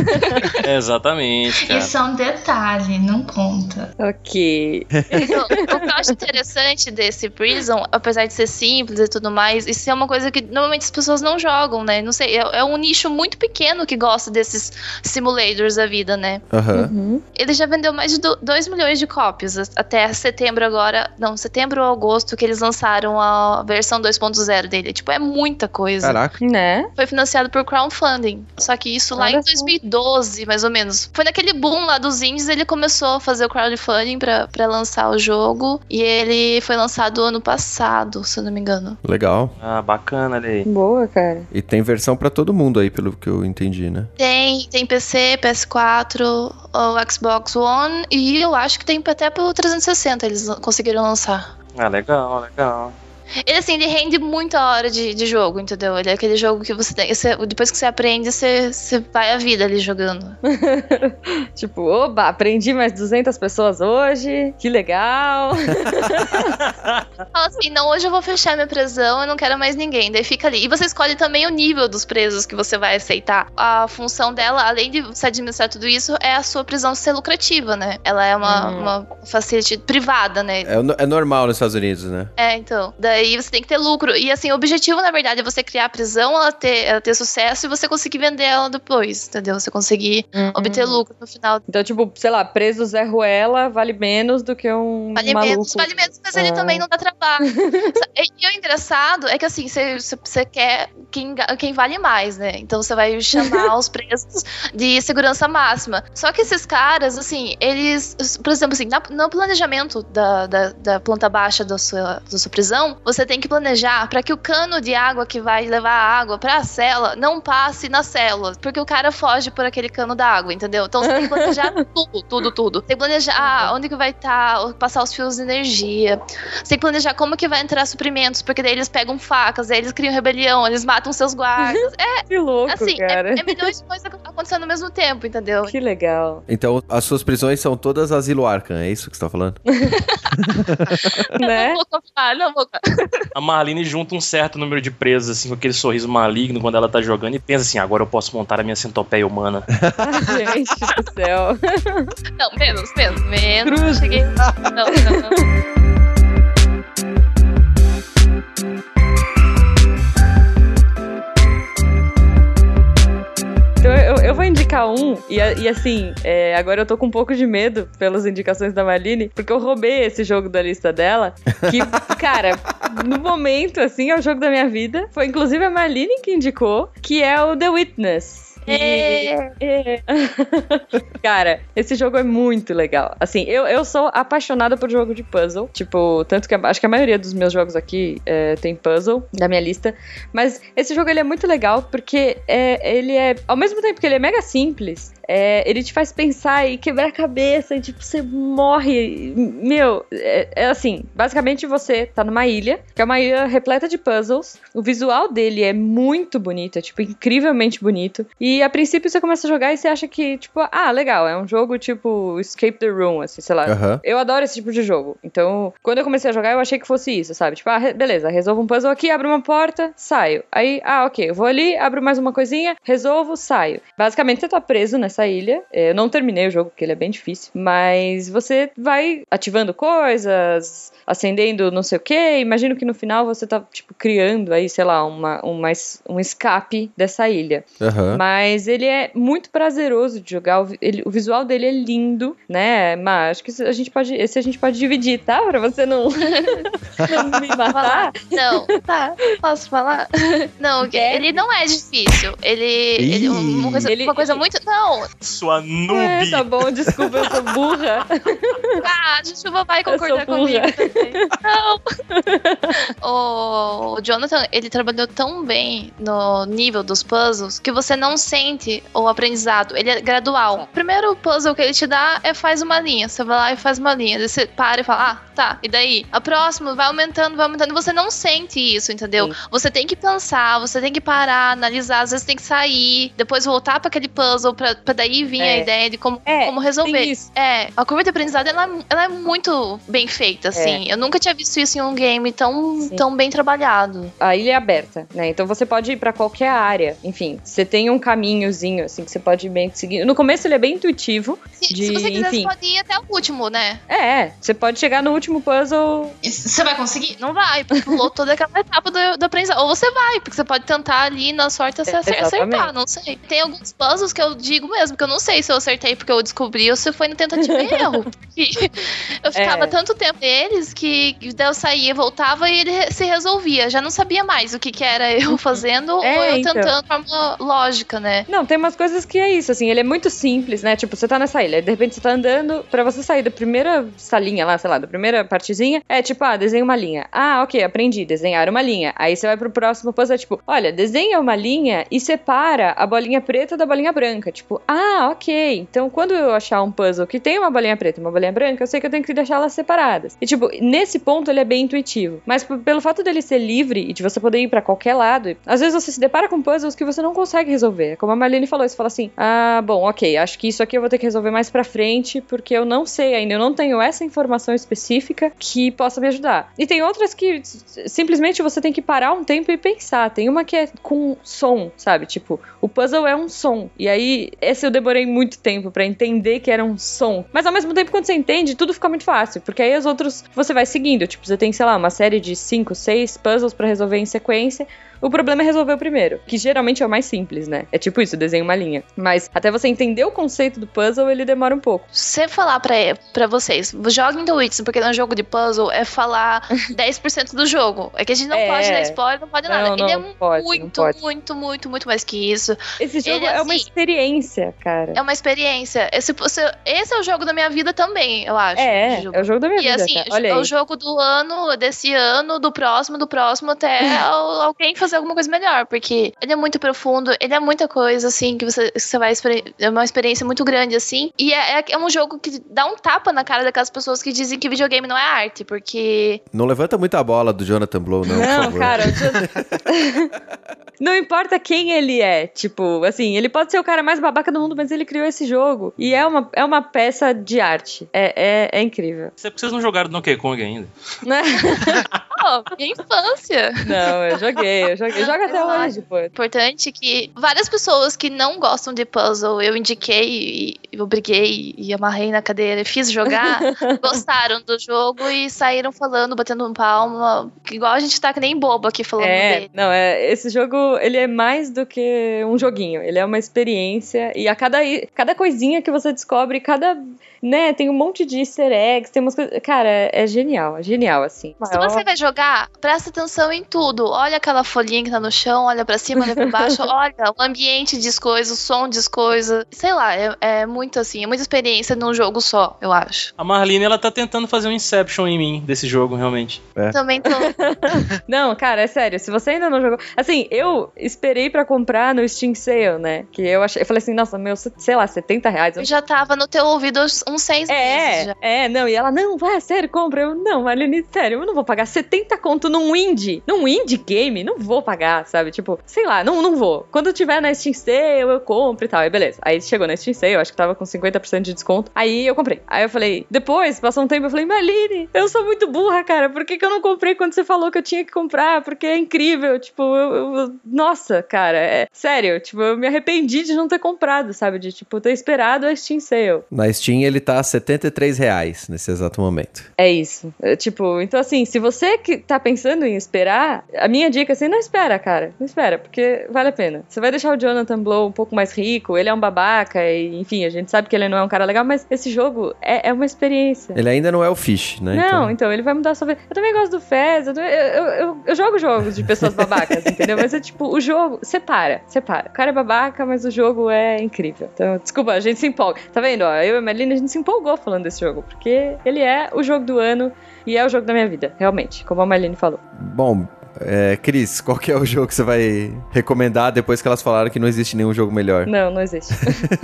É, exatamente, cara. Isso é um detalhe, não conta. Ok. Então, o que eu acho interessante desse Prison, apesar de ser simples e tudo mais, isso é uma coisa que normalmente as pessoas não jogam, né? Não sei, é, é um nicho muito pequeno que gosta desses simulators da vida, né? Aham. Uhum. Ele já vendeu mais de dois milhões de cópias a- até setembro agora. Não, setembro ou agosto que eles lançaram a versão dois ponto zero dele. Tipo, é muita coisa. Caraca. Né? É? Foi financiado por crowdfunding. Só que isso lá Olha em dois mil e doze, mais ou menos. Foi naquele boom lá dos indies, ele começou a fazer o crowdfunding pra, pra lançar o jogo. E ele foi lançado ano passado, se eu não me engano. Legal. Ah, bacana, olha aí. Boa, cara. E tem versão pra todo mundo aí, pelo que eu entendi, né? Tem, tem P C, P S quatro, o Xbox One e eu acho que tem até pro trezentos e sessenta eles conseguiram lançar. Ah, legal, legal. Ele, assim, ele rende muita hora de, de jogo, entendeu? Ele é aquele jogo que você tem... Você, depois que você aprende, você, você vai a vida ali jogando. Tipo, oba, aprendi mais duzentas pessoas hoje, que legal. Fala assim, não, hoje eu vou fechar minha prisão, eu não quero mais ninguém. Daí fica ali. E você escolhe também o nível dos presos que você vai aceitar. A função dela, além de você administrar tudo isso, é a sua prisão ser lucrativa, né? Ela é uma, hum. uma facility privada, né? É, é normal nos Estados Unidos, né? É, então. Daí você tem que ter lucro. E assim, o objetivo, na verdade, é você criar a prisão, ela ter, ela ter sucesso e você conseguir vender ela depois, entendeu? Você conseguir uhum. obter lucro no final. Então, tipo, sei lá, preso Zé Ruela vale menos do que um vale maluco. Menos, vale menos, mas ah. ele também não dá trabalho. E o engraçado é que assim, você, você quer quem, quem vale mais, né? Então você vai chamar os presos de segurança máxima. Só que esses caras, assim, eles, por exemplo, assim, na, no planejamento da, da, da planta baixa da sua, da sua prisão, você tem que planejar para que o cano de água que vai levar a água para a cela não passe na célula, porque o cara foge por aquele cano da água, entendeu? Então você tem que planejar tudo, tudo, tudo. Tem que planejar onde que vai estar, tá, passar os fios de energia. Você tem que planejar como que vai entrar suprimentos, porque daí eles pegam facas, aí eles criam rebelião, eles matam seus guardas. É, que louco, assim, cara. É, é milhões de coisas acontecendo ao mesmo tempo, entendeu? Que legal. Então as suas prisões são todas asilo Arkham, é isso que você tá falando? Né? Não vou comprar, não vou comprar. A Marlene junta um certo número de presos, assim, com aquele sorriso maligno quando ela tá jogando e pensa assim, agora eu posso montar a minha centopeia humana. Gente do céu. Não, menos, menos, menos. Cruz. Cheguei... Não, não, não. Então eu, eu vou indicar um, e, e assim, é, agora eu tô com um pouco de medo pelas indicações da Marlene, porque eu roubei esse jogo da lista dela, que, cara, no momento, assim, é o jogo da minha vida. Foi inclusive a Marlene que indicou, que é o The Witness. É. É. Cara, esse jogo é muito legal. Assim, eu, eu sou apaixonada por jogo de puzzle. Tipo, tanto que acho que a maioria dos meus jogos aqui é, tem puzzle da minha lista. Mas esse jogo ele é muito legal porque é, ele é, ao mesmo tempo que ele é mega simples, é, ele te faz pensar e quebrar a cabeça e tipo, você morre. Meu, é, é assim, basicamente você tá numa ilha, que é uma ilha repleta de puzzles. O visual dele é muito bonito, é tipo, incrivelmente bonito. E a princípio você começa a jogar e você acha que, tipo, ah, legal, é um jogo tipo Escape the Room, assim, sei lá. Uhum. Eu adoro esse tipo de jogo. Então, quando eu comecei a jogar, eu achei que fosse isso, sabe? Tipo, ah, re- beleza, resolvo um puzzle aqui, abro uma porta, saio. Aí, ah, ok, eu vou ali, abro mais uma coisinha, resolvo, saio. Basicamente, você tá preso nessa ilha. Eu não terminei o jogo, porque ele é bem difícil. Mas você vai ativando coisas, acendendo não sei o que. Imagino que no final você tá, tipo, criando aí, sei lá, uma, uma, um escape dessa ilha. Uhum. Mas ele é muito prazeroso de jogar. O, ele, o visual dele é lindo, né? Mas acho que a gente pode, esse a gente pode dividir, tá? Pra você não, não me matar. Não, tá. Posso falar? Não, É. ele não é difícil. Ele. ele uma coisa, Ele- uma coisa muito. Não! Sua É, noob. tá bom, desculpa, eu sou burra. Ah, a gente vai Eu sou concordar burra. comigo também. Não! O, o Jonathan, ele trabalhou tão bem no nível dos puzzles que você não sente o aprendizado. Ele é gradual. O primeiro puzzle que ele te dá é faz uma linha. Você vai lá e faz uma linha. Daí você para e fala, ah, tá. E daí? A próxima vai aumentando, vai aumentando. E você não sente isso, entendeu? Sim. Você tem que pensar, você tem que parar, analisar. Às vezes tem que sair, depois voltar pra aquele puzzle pra, pra daí vir É. a ideia de como, É, como resolver. tem isso. É, a curva de aprendizado, ela, ela é muito bem feita, assim. Eu nunca tinha visto isso em um game tão, Sim. tão bem trabalhado. A ilha é aberta, né? Então você pode ir pra qualquer área. Enfim, você tem um caminho caminhozinho, assim, que você pode ir bem seguindo. No começo ele é bem intuitivo. Se, de, se você quiser, enfim. você pode ir até o último, né? É, você pode chegar no último puzzle. Você vai conseguir? Não vai, porque pulou toda aquela etapa do, do aprendizado. Ou você vai, porque você pode tentar ali na sorte É, acer- exatamente. acertar, não sei. Tem alguns puzzles que eu digo mesmo, que eu não sei se eu acertei porque eu descobri ou se foi na tentativa e erro. Porque eu ficava É. tanto tempo neles que daí eu saía, voltava e ele re- se resolvia. Já não sabia mais o que, que era eu fazendo É, ou eu então. tentando de forma lógica, né? Não, tem umas coisas que é isso, assim, ele é muito simples, né? Tipo, você tá nessa ilha, de repente você tá andando, pra você sair da primeira salinha lá, sei lá, da primeira partezinha, é tipo, ah, desenha uma linha. Ah, ok, aprendi, desenhar uma linha. Aí você vai pro próximo puzzle, é tipo, olha, desenha uma linha e separa a bolinha preta da bolinha branca. Tipo, ah, ok, então quando eu achar um puzzle que tem uma bolinha preta e uma bolinha branca, eu sei que eu tenho que deixar elas separadas. E tipo, nesse ponto ele é bem intuitivo. Mas p- pelo fato dele ser livre e de você poder ir pra qualquer lado, e às vezes você se depara com puzzles que você não consegue resolver. Como a Marlene falou, você fala assim, ah, bom, ok, acho que isso aqui eu vou ter que resolver mais pra frente, porque eu não sei ainda, eu não tenho essa informação específica que possa me ajudar. E tem outras que s- simplesmente você tem que parar um tempo e pensar. Tem uma que é com som, sabe? Tipo, o puzzle é um som. E aí, esse eu demorei muito tempo pra entender que era um som. Mas ao mesmo tempo, quando você entende, tudo fica muito fácil. Porque aí os outros você vai seguindo. Tipo, você tem, sei lá, uma série de cinco, seis puzzles pra resolver em sequência. O problema é resolver o primeiro, que geralmente é o mais simples, né? É tipo isso, desenha uma linha. Mas até você entender o conceito do puzzle, ele demora um pouco. Se você falar pra, pra vocês, joguem The Witcher, porque no jogo de puzzle é falar dez por cento do jogo. É que a gente não É. pode dar spoiler, não pode nada. Não, não, Ele é não pode, não muito, pode. muito, muito, muito mais que isso. Esse jogo Ele, é uma assim, experiência, cara. É uma experiência. Esse, esse é o jogo da minha vida também, eu acho. É, Tipo, é o jogo da minha E vida, assim, cara. Olha é aí. o jogo do ano, desse ano, do próximo, do próximo, até al- alguém fazer alguma coisa melhor. Porque ele é muito profundo, ele é muita coisa, assim, que você, que você vai... experi- É uma experiência muito grande, assim. E é, é, é um jogo que dá um tapa na cara daquelas pessoas que dizem que videogame não é arte, porque... Não levanta muito a bola do Jonathan Blow, não, por Não, favor. cara, não importa quem ele é, tipo, assim, ele pode ser o cara mais babaca do mundo, mas ele criou esse jogo. E é uma, é uma peça de arte. É, é, é incrível. Isso é porque vocês não jogaram Donkey Kong ainda. Né? Pô, minha infância. Não, eu joguei, eu joguei. Joga até Exato. hoje, pô. Importante que várias pessoas que não gostam de puzzle, eu indiquei e eu briguei e amarrei na cadeira e fiz jogar, gostaram do jogo e saíram falando, batendo um palma, que igual a gente tá que nem bobo aqui falando É, dele. não, é, esse jogo, ele é mais do que um joguinho, ele é uma experiência, e a cada, cada coisinha que você descobre, cada, né, tem um monte de easter eggs, tem umas coisas, cara, é, é genial, é genial, assim. Se você vai jogar, presta atenção em tudo. Olha aquela folhinha que tá no chão, olha pra cima, olha pra baixo, olha o ambiente diz coisa, o som diz coisa. Sei lá, é, é muito assim, é muita experiência num jogo só, eu acho. A Marlene, ela tá tentando fazer um Inception em mim desse jogo, realmente. Também tô. Não, cara, é sério, se você ainda não jogou, assim, eu esperei pra comprar no Steam Sale, né, que eu achei, eu falei assim, nossa, meu, sei lá, setenta reais. Eu já tava no teu ouvido uns seis meses É, já. é, não, e ela, não, vai, sério, compra. Eu, não, Marlene, sério, eu não vou pagar setenta conto num indie, num indie game, não vou pagar, sabe? Tipo, sei lá, não, não vou. Quando eu tiver na Steam Sale, eu compro e tal, aí beleza. Aí chegou na Steam Sale, eu acho que tava com cinquenta por cento de desconto, aí eu comprei. Aí eu falei, depois, passou um tempo, eu falei, Marlene, eu sou muito burra, cara, por que que eu não comprei quando você falou que eu tinha que comprar? Porque é incrível, tipo, eu, eu- nossa, cara, é sério, tipo, eu me arrependi de não ter comprado, sabe? De, tipo, ter esperado a Steam Sale. Na Steam ele tá setenta e três reais nesse exato momento. É isso. É, tipo, então assim, se você que tá pensando em esperar, a minha dica é assim, não espera, cara. Não espera, porque vale a pena. Você vai deixar o Jonathan Blow um pouco mais rico, ele é um babaca, e enfim, a gente sabe que ele não é um cara legal, mas esse jogo é, é uma experiência. Ele ainda não é o Fish, né? Não, Então- então, ele vai mudar a sua vida. Eu também gosto do Fez, eu, também- eu, eu, eu jogo jogos de pessoas babacas, entendeu? Mas é tipo, o jogo, separa, separa. O cara é babaca, mas o jogo é incrível. Então, desculpa, a gente se empolga. Tá vendo, ó, eu e a Marlene, a gente se empolgou falando desse jogo, porque ele é o jogo do ano e é o jogo da minha vida, realmente, como a Marlene falou. Bom, é, Cris, qual que é o jogo que você vai recomendar depois que elas falaram que não existe nenhum jogo melhor? Não, não existe.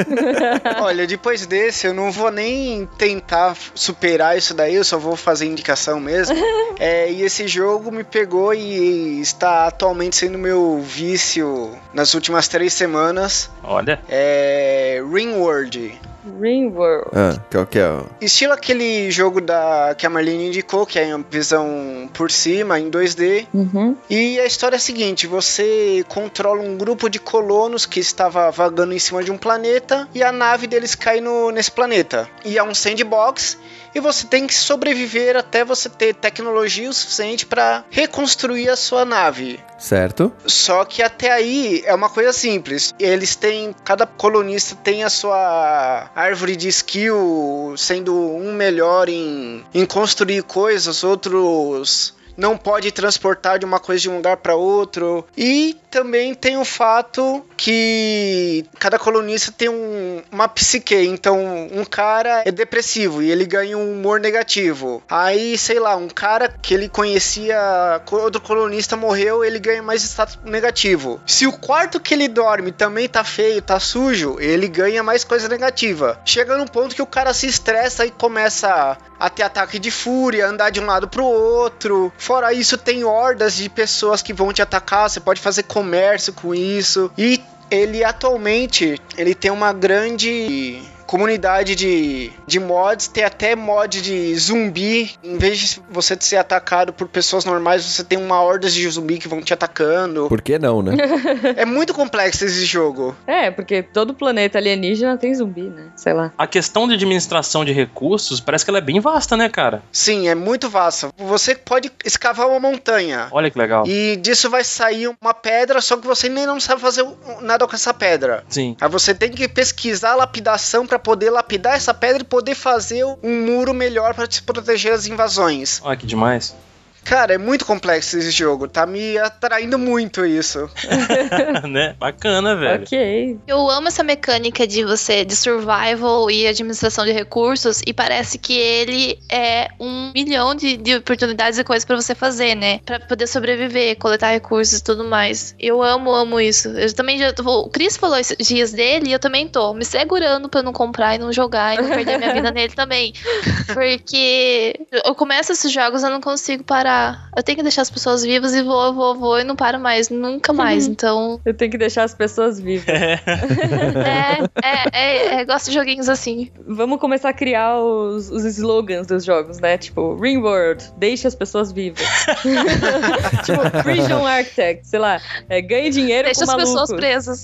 Olha, depois desse eu não vou nem tentar superar isso daí, eu só vou fazer indicação mesmo. É, e esse jogo me pegou e está atualmente sendo meu vício nas últimas três semanas. Olha. É Ringworld. Rimworld. Ah, qual que é? Estilo aquele jogo da, que a Marlene indicou, que é em visão por cima, em dois D. Uhum. E a história é a seguinte, você controla um grupo de colonos que estava vagando em cima de um planeta e a nave deles cai no, nesse planeta. E é um sandbox e você tem que sobreviver até você ter tecnologia o suficiente para reconstruir a sua nave. Certo. Só que até aí é uma coisa simples. Eles têm, cada colonista tem a sua árvore de skill, sendo um melhor em, em construir coisas, outros não pode transportar de uma coisa de um lugar para outro. E também tem o fato que cada colunista tem um, uma psique. Então, um cara é depressivo e ele ganha um humor negativo. Aí, sei lá, um cara que ele conhecia, outro colunista morreu, ele ganha mais status negativo. Se o quarto que ele dorme também tá feio, tá sujo, ele ganha mais coisa negativa. Chega num ponto que o cara se estressa e começa a ter ataque de fúria, andar de um lado pro outro. Fora isso, tem hordas de pessoas que vão te atacar, você pode fazer comércio com isso. E ele atualmente, ele tem uma grande comunidade de, de mods, tem até mod de zumbi. Em vez de você ser atacado por pessoas normais, você tem uma horda de zumbi que vão te atacando. Por que não, né? É muito complexo esse jogo. É, porque todo planeta alienígena tem zumbi, né? Sei lá. A questão de administração de recursos parece que ela é bem vasta, né, cara? Sim, é muito vasta. Você pode escavar uma montanha. Olha que legal. E disso vai sair uma pedra, só que você nem não sabe fazer nada com essa pedra. Sim. Aí você tem que pesquisar a lapidação pra poder lapidar essa pedra e poder fazer um muro melhor pra te proteger das invasões. Olha que demais. Cara, é muito complexo esse jogo, tá me atraindo muito isso. Né? Bacana, velho. Ok. Eu amo essa mecânica de você, de survival e administração de recursos, e parece que ele é um milhão de, de oportunidades e coisas pra você fazer, né? Pra poder sobreviver, coletar recursos e tudo mais. Eu amo, amo isso. Eu também já tô, o Chris falou esses dias dele e eu também tô me segurando pra não comprar e não jogar e não perder minha vida nele também. Porque eu começo esses jogos e eu não consigo parar. Eu tenho que deixar as pessoas vivas e vou, vou, vou e não paro mais, nunca mais, então... Eu tenho que deixar as pessoas vivas. É, é, é, é, gosto de joguinhos assim. Vamos começar a criar os, os slogans dos jogos, né? Tipo, Rimworld, deixe as pessoas vivas. Tipo, Prison Architect, sei lá, é, ganhe dinheiro deixa com as malucos. pessoas presas.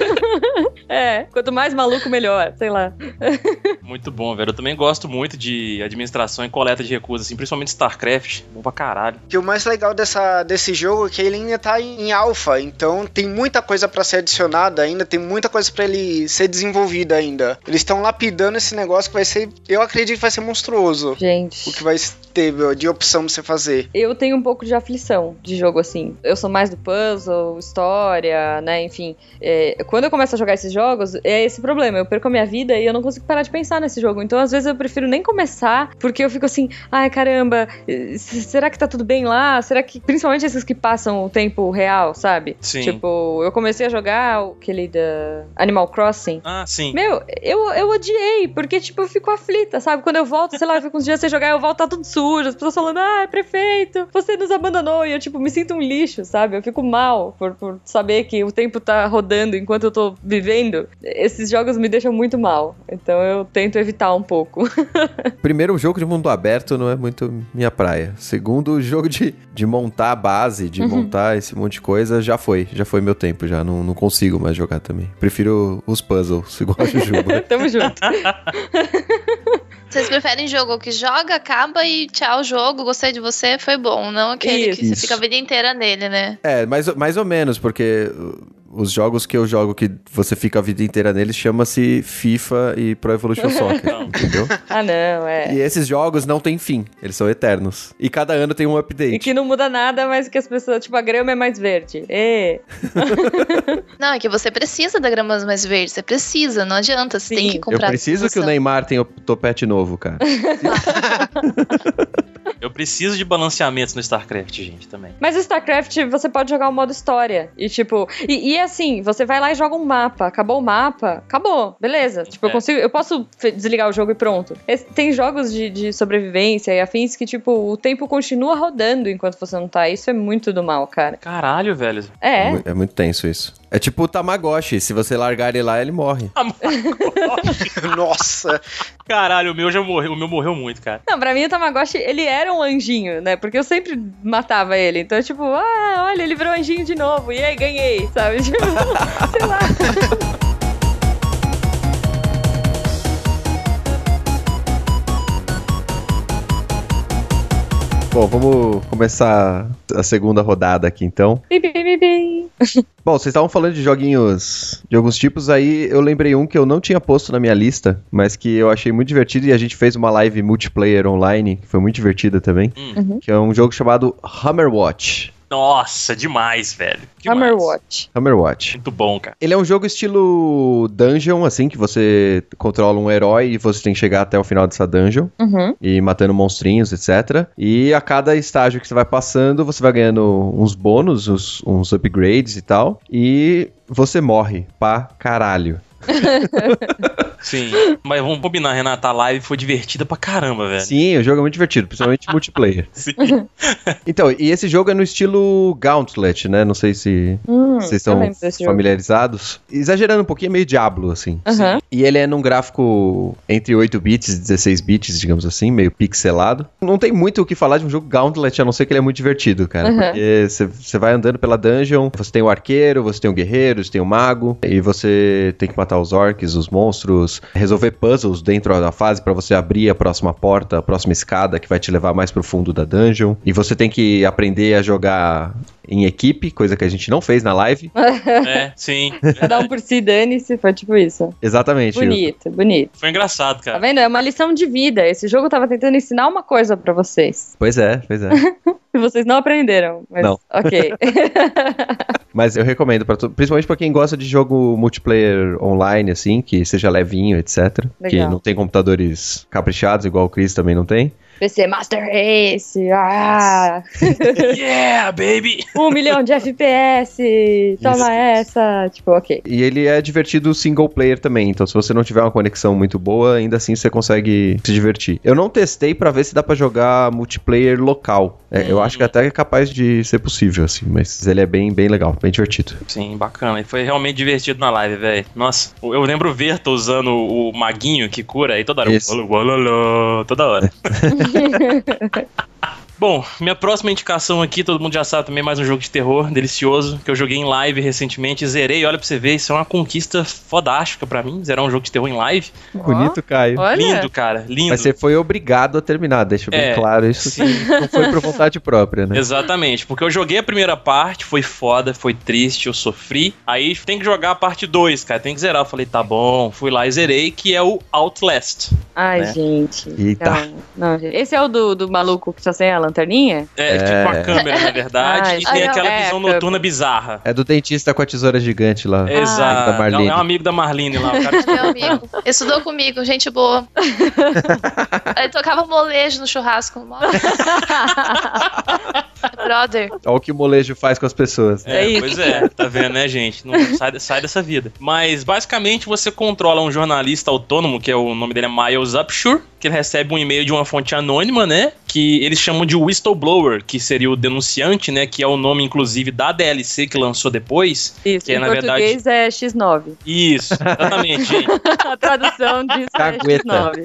É, quanto mais maluco, melhor, sei lá. Muito bom, velho. Eu também gosto muito de administração e coleta de recursos, assim, principalmente StarCraft. Bom pra caralho. Que o mais legal dessa, desse jogo é que ele ainda tá em, em alpha, então tem muita coisa pra ser adicionada ainda, tem muita coisa pra ele ser desenvolvida ainda. Eles estão lapidando esse negócio que vai ser, eu acredito que vai ser monstruoso. Gente. O que vai ter de opção pra você fazer. Eu tenho um pouco de aflição de jogo assim. Eu sou mais do puzzle, história, né, enfim. É, quando eu começo a jogar esses jogos, é esse problema. Eu perco a minha vida e eu não consigo parar de pensar nesse jogo. Então, às vezes, eu prefiro nem começar, porque eu fico assim, ai, caramba, será que tá tudo bem lá? Será que... Principalmente esses que passam o tempo real, sabe? Sim. Tipo, eu comecei a jogar aquele da Animal Crossing. Ah, sim. Meu, eu, eu odiei, porque, tipo, eu fico aflita, sabe? Quando eu volto, sei lá, eu fico uns dias sem jogar, eu volto, tá tudo sujo, as pessoas falando, ah, prefeito, você nos abandonou, e eu, tipo, me sinto um lixo, sabe? Eu fico mal por, por saber que o tempo tá rodando enquanto eu tô vivendo. Esses jogos me deixam muito mal, então eu tento evitar um pouco. Primeiro, o jogo de mundo aberto não é muito minha praia. Segundo, o jogo de, de montar a base, de uhum. montar esse monte de coisa, já foi, já foi meu tempo, já não, não consigo mais jogar também. Prefiro os puzzles, igual a Jujuba. Tamo junto. Vocês preferem jogo que joga, acaba e tchau, jogo, gostei de você, foi bom. Não aquele Isso. que você fica a vida inteira nele, né? É, mais, mais ou menos, porque os jogos que eu jogo que você fica a vida inteira neles chama-se FIFA e Pro Evolution Soccer, entendeu? Ah, não, é. E esses jogos não têm fim, eles são eternos. E cada ano tem um update. E que não muda nada, mas que as pessoas, tipo, a grama é mais verde. Ê. Não, é que você precisa da grama mais verde, você precisa, não adianta, você Sim. tem que comprar. Eu preciso que o Neymar tenha o topete novo, cara. Eu preciso de balanceamentos no StarCraft, gente, também. Mas o StarCraft, você pode jogar o modo história. E tipo, e, e assim, você vai lá e joga um mapa. Acabou o mapa, acabou, beleza. Tipo, É. eu consigo, eu posso fe- desligar o jogo e pronto. Esse- tem jogos de, de sobrevivência e afins que, tipo, o tempo continua rodando enquanto você não tá. Isso é muito do mal, cara. Caralho, velho. É. mu- é muito tenso isso. É tipo o Tamagotchi, se você largar ele lá, ele morre. Nossa. Caralho, o meu já morreu. O meu morreu muito, cara. Não, pra mim o Tamagotchi, ele era um anjinho, né? Porque eu sempre matava ele. Então, tipo, ah, olha, ele virou anjinho de novo. E aí, ganhei, sabe? Tipo, sei lá. Bom, vamos começar a segunda rodada aqui, então. Bi, bi, bi, bi. Bom, vocês estavam falando de joguinhos de alguns tipos, aí eu lembrei um que eu não tinha posto na minha lista, mas que eu achei muito divertido e a gente fez uma live multiplayer online, que foi muito divertida também, Uhum. que é um jogo chamado Hammerwatch. Nossa, demais, velho. Demais. Hammerwatch. Hammerwatch. Muito bom, cara. Ele é um jogo estilo dungeon, assim, que você controla um herói e você tem que chegar até o final dessa dungeon. Uhum. E matando monstrinhos, etcétera. E a cada estágio que você vai passando, você vai ganhando uns bônus, uns, uns upgrades e tal. E você morre pra caralho. Sim. Mas vamos combinar, Renata, a live foi divertida pra caramba, velho. Sim, o jogo é muito divertido, principalmente multiplayer. Sim. Então, e esse jogo é no estilo Gauntlet, né? Não sei se Hum, vocês eu estão lembro desse jogo. familiarizados. Exagerando um pouquinho, é meio Diablo, assim. Aham. E ele é num gráfico entre oito bits e dezesseis bits, digamos assim, meio pixelado. Não tem muito o que falar de um jogo Gauntlet, a não ser que ele é muito divertido, cara. Uhum. Porque você vai andando pela dungeon, você tem o arqueiro, você tem o guerreiro, você tem o mago, e você tem que matar os orcs, os monstros, resolver puzzles dentro da fase pra você abrir a próxima porta, a próxima escada que vai te levar mais pro fundo da dungeon. E você tem que aprender a jogar em equipe, coisa que a gente não fez na live. É, sim. Cada um por si, dane-se, foi tipo isso. Exatamente. Bonito, bonito. Foi engraçado, Tá cara. vendo? É uma lição de vida. Esse jogo tava tentando ensinar uma coisa pra vocês. Pois é, pois é. E vocês não aprenderam. Mas, Não. ok. Mas eu recomendo, pra tu, principalmente pra quem gosta de jogo multiplayer online, assim, que seja levinho, etcétera. Que Legal. não tem computadores caprichados, igual o Chris também não tem. P C Master Race. Ah! Yeah, baby! Um milhão de F P S. Toma Isso. essa. Tipo, ok. E ele é divertido single player também, então se você não tiver uma conexão muito boa, ainda assim você consegue se divertir. Eu não testei pra ver se dá pra jogar multiplayer local. É, eu acho que até é capaz de ser possível, assim, mas ele é bem, bem legal, bem divertido. Sim, bacana. E foi realmente divertido na live, velho. Nossa, eu lembro o Verta usando o maguinho que cura aí toda hora. Isso. Ualala, toda hora. Bom, minha próxima indicação aqui, todo mundo já sabe também, mais um jogo de terror delicioso, que eu joguei em live recentemente, zerei, olha pra você ver, isso é uma conquista fodástica pra mim, zerar um jogo de terror em live. Bonito, Caio. Olha. Lindo, cara, lindo. Mas você foi obrigado a terminar, deixa bem É, claro isso. sim. Não foi por vontade própria, né? Exatamente, porque eu joguei a primeira parte, foi foda, foi triste, eu sofri. Aí tem que jogar a parte dois, cara, tem que zerar. Eu falei, tá bom, fui lá e zerei, que é o Outlast. Ai, né? gente. Eita. Calma. Não, gente. Esse é o do, do maluco que só sem a lanterninha? É, É. tipo a câmera, na verdade, Ai, e ai, tem não, aquela é, visão a câmera. noturna bizarra. É do dentista com a tesoura gigante lá. Exato. da Marlene. É um amigo da Marlene lá, o cara. Meu amigo, estudou comigo, gente boa. Ele tocava molejo no churrasco. Mó- Brother. Olha o que o molejo faz com as pessoas. É, É isso. pois é, tá vendo, né, gente? Não sai, sai dessa vida. Mas, basicamente, você controla um jornalista autônomo, que é o nome dele é Miles Upshur, que ele recebe um e-mail de uma fonte anônima, né? Que eles chamam de whistleblower, que seria o denunciante, né? Que é o nome, inclusive, da D L C que lançou depois. Isso, Que é, em na português é X nove. Isso, exatamente, gente. A tradução disso é X Cagueta. nove.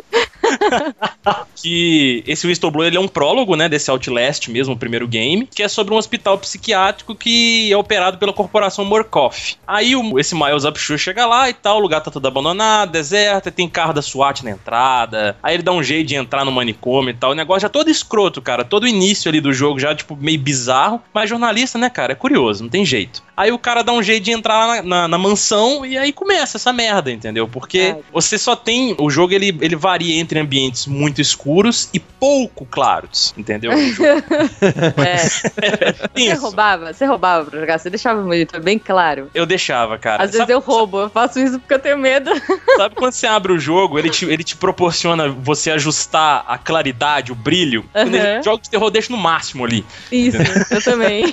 Que esse whistleblower ele é um prólogo, né, desse Outlast mesmo, o primeiro game, que é sobre um hospital psiquiátrico que é operado pela corporação Murkoff. Aí o, esse Miles Upshur chega lá e tal, o lugar tá todo abandonado, deserto, tem carro da SWAT na entrada, aí ele dá um jeito de entrar no manicômio e tal, o negócio já todo escroto, cara, todo o início ali do jogo já, tipo, meio bizarro, mas jornalista, né, cara, é curioso, não tem jeito. Aí o cara dá um jeito de entrar lá na, na, na mansão e aí começa essa merda, entendeu? Porque Ai. você só tem, o jogo ele, ele varia entre entre ambientes muito escuros e pouco claros, entendeu? É. Você roubava? Você roubava pra jogar? Você deixava o monitor bem claro? Eu deixava, cara. Às vezes sabe, eu roubo, eu faço isso porque eu tenho medo. Sabe quando você abre o jogo, ele te, ele te proporciona você ajustar a claridade, o brilho? Uhum. Quando ele joga de terror, deixa no máximo ali. Isso, entendeu? Eu também.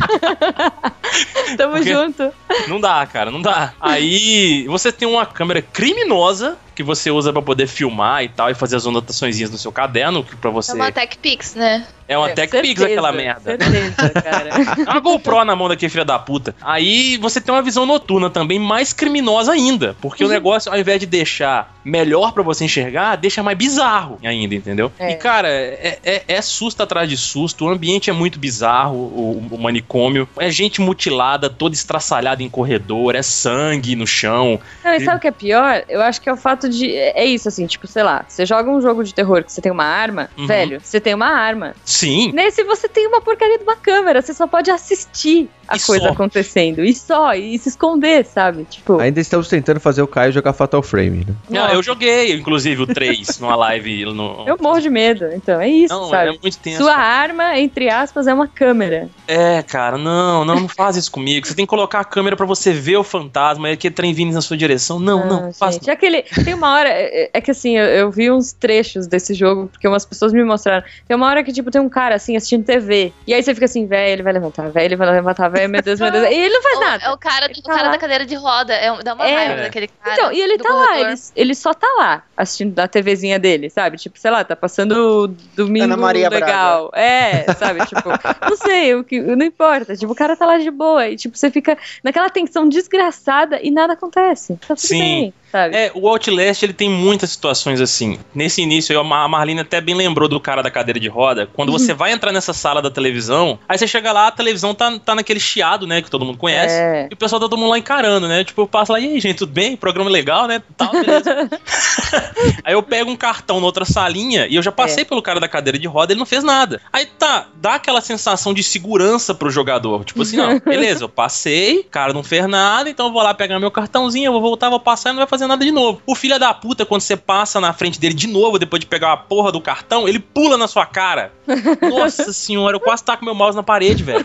Tamo porque junto. Não dá, cara, não dá. Aí você tem uma câmera criminosa que você usa pra poder filmar e tal, e fazer as anotaçõezinhas no seu caderno, que pra você... É uma TechPix, né? É uma é, TechPix aquela merda. Certeza, cara. É uma GoPro na mão daquele filho da puta. Aí você tem uma visão noturna também, mais criminosa ainda, porque uhum. o negócio, ao invés de deixar melhor pra você enxergar, deixa mais bizarro ainda, entendeu? É. E, cara, é, é, é susto atrás de susto, o ambiente é muito bizarro, o, o manicômio, é gente mutilada, toda estraçalhada em corredor, é sangue no chão. Não, e sabe o que é pior? Eu acho que é o fato de... É isso, assim, tipo, sei lá, você joga um jogo de terror que você tem uma arma, uhum. velho, você tem uma arma. Sim. Nesse você tem uma porcaria de uma câmera, você só pode assistir a e coisa só. acontecendo. E só, e se esconder, sabe? Tipo... Ainda estamos tentando fazer o Caio jogar Fatal Frame, né? Não, eu joguei, inclusive, o três numa live. No... Eu morro de medo, então, é isso, não, sabe? É muito tenso. Sua arma, entre aspas, é uma câmera. É, cara, não, não, não faz isso comigo. Você tem que colocar a câmera pra você ver o fantasma, e aquele trem vindo na sua direção. Não, não, não faz. Gente, aquele, tem uma hora, é, é que assim, eu, eu vi uns trechos desse jogo, porque umas pessoas me mostraram. Tem uma hora que, tipo, tem um cara, assim, assistindo T V, e aí você fica assim, velho, ele vai levantar, velho, ele vai levantar, velho, meu Deus, meu Deus, e ele não faz o, nada. É o cara, o tá cara da cadeira de roda, é, dá uma é. raiva daquele cara. Então, e ele tá corredor. lá, ele, ele só tá lá, assistindo da TVzinha dele, sabe? Tipo, sei lá, tá passando domingo Ana Maria legal. Braga. É, sabe? Tipo, não sei, o que, não importa. Tipo, o cara tá lá de boa, e tipo, você fica naquela tensão desgraçada e nada acontece. Tá tudo Sim. bem. Sabe? É, o Outlast, ele tem muitas situações assim. Nesse início, a Marlene até bem lembrou do cara da cadeira de roda. Quando você vai entrar nessa sala da televisão, aí você chega lá, a televisão tá, tá naquele chiado, né, que todo mundo conhece. É. E o pessoal tá todo mundo lá encarando, né? Tipo, eu passo lá, e aí, gente, tudo bem? Programa legal, né? Tal, beleza. Aí eu pego um cartão na outra salinha e eu já passei é. pelo cara da cadeira de roda, ele não fez nada. Aí tá, dá aquela sensação de segurança pro jogador. Tipo assim, ó, beleza, eu passei, o cara não fez nada, então eu vou lá pegar meu cartãozinho, eu vou voltar, vou passar e não vai fazer nada de novo. O filho da puta, quando você passa na frente dele de novo, depois de pegar a porra do cartão, ele pula na sua cara. Nossa senhora, eu quase taco meu mouse na parede, velho.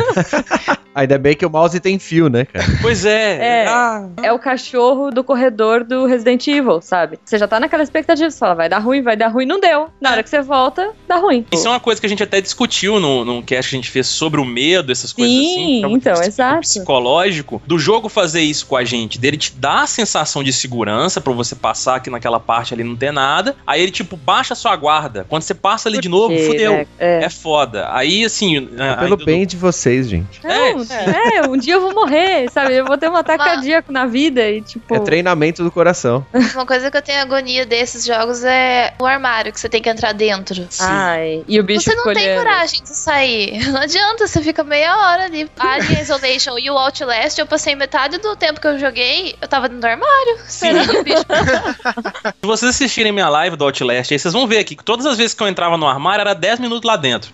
Ainda bem que o mouse tem fio, né, cara? Pois é. É, ah. é o cachorro do corredor do Resident Evil, sabe? Você já tá naquela expectativa, você fala, vai dar ruim, vai dar ruim, não deu. Na hora que você volta, dá ruim. Isso é uma coisa que a gente até discutiu no, no cast que a gente fez sobre o medo, essas coisas Sim, assim. Sim, então, exato. Psicológico, do jogo fazer isso com a gente, dele te dar a sensação de segurança pra você passar aqui naquela parte ali não ter nada, aí ele tipo baixa a sua guarda, quando você passa ali de novo, fudeu, né? é. é foda, aí assim... É pelo bem do... de vocês, gente. Não, é, é, um dia eu vou morrer, sabe, eu vou ter um ataque cardíaco na vida e tipo... É treinamento do coração. Uma coisa que eu tenho agonia desses jogos é o armário que você tem que entrar dentro. Sim. Ai, e o bicho Você não colhendo. tem coragem de sair, não adianta, você fica meia hora ali. Alien Isolation e o Outlast, eu passei metade do tempo que eu joguei, eu tava dentro do armário, esperando o bicho. Se vocês assistirem minha live do Outlast, aí vocês vão ver aqui que todas as vezes que eu entrava no armário era dez minutos lá dentro.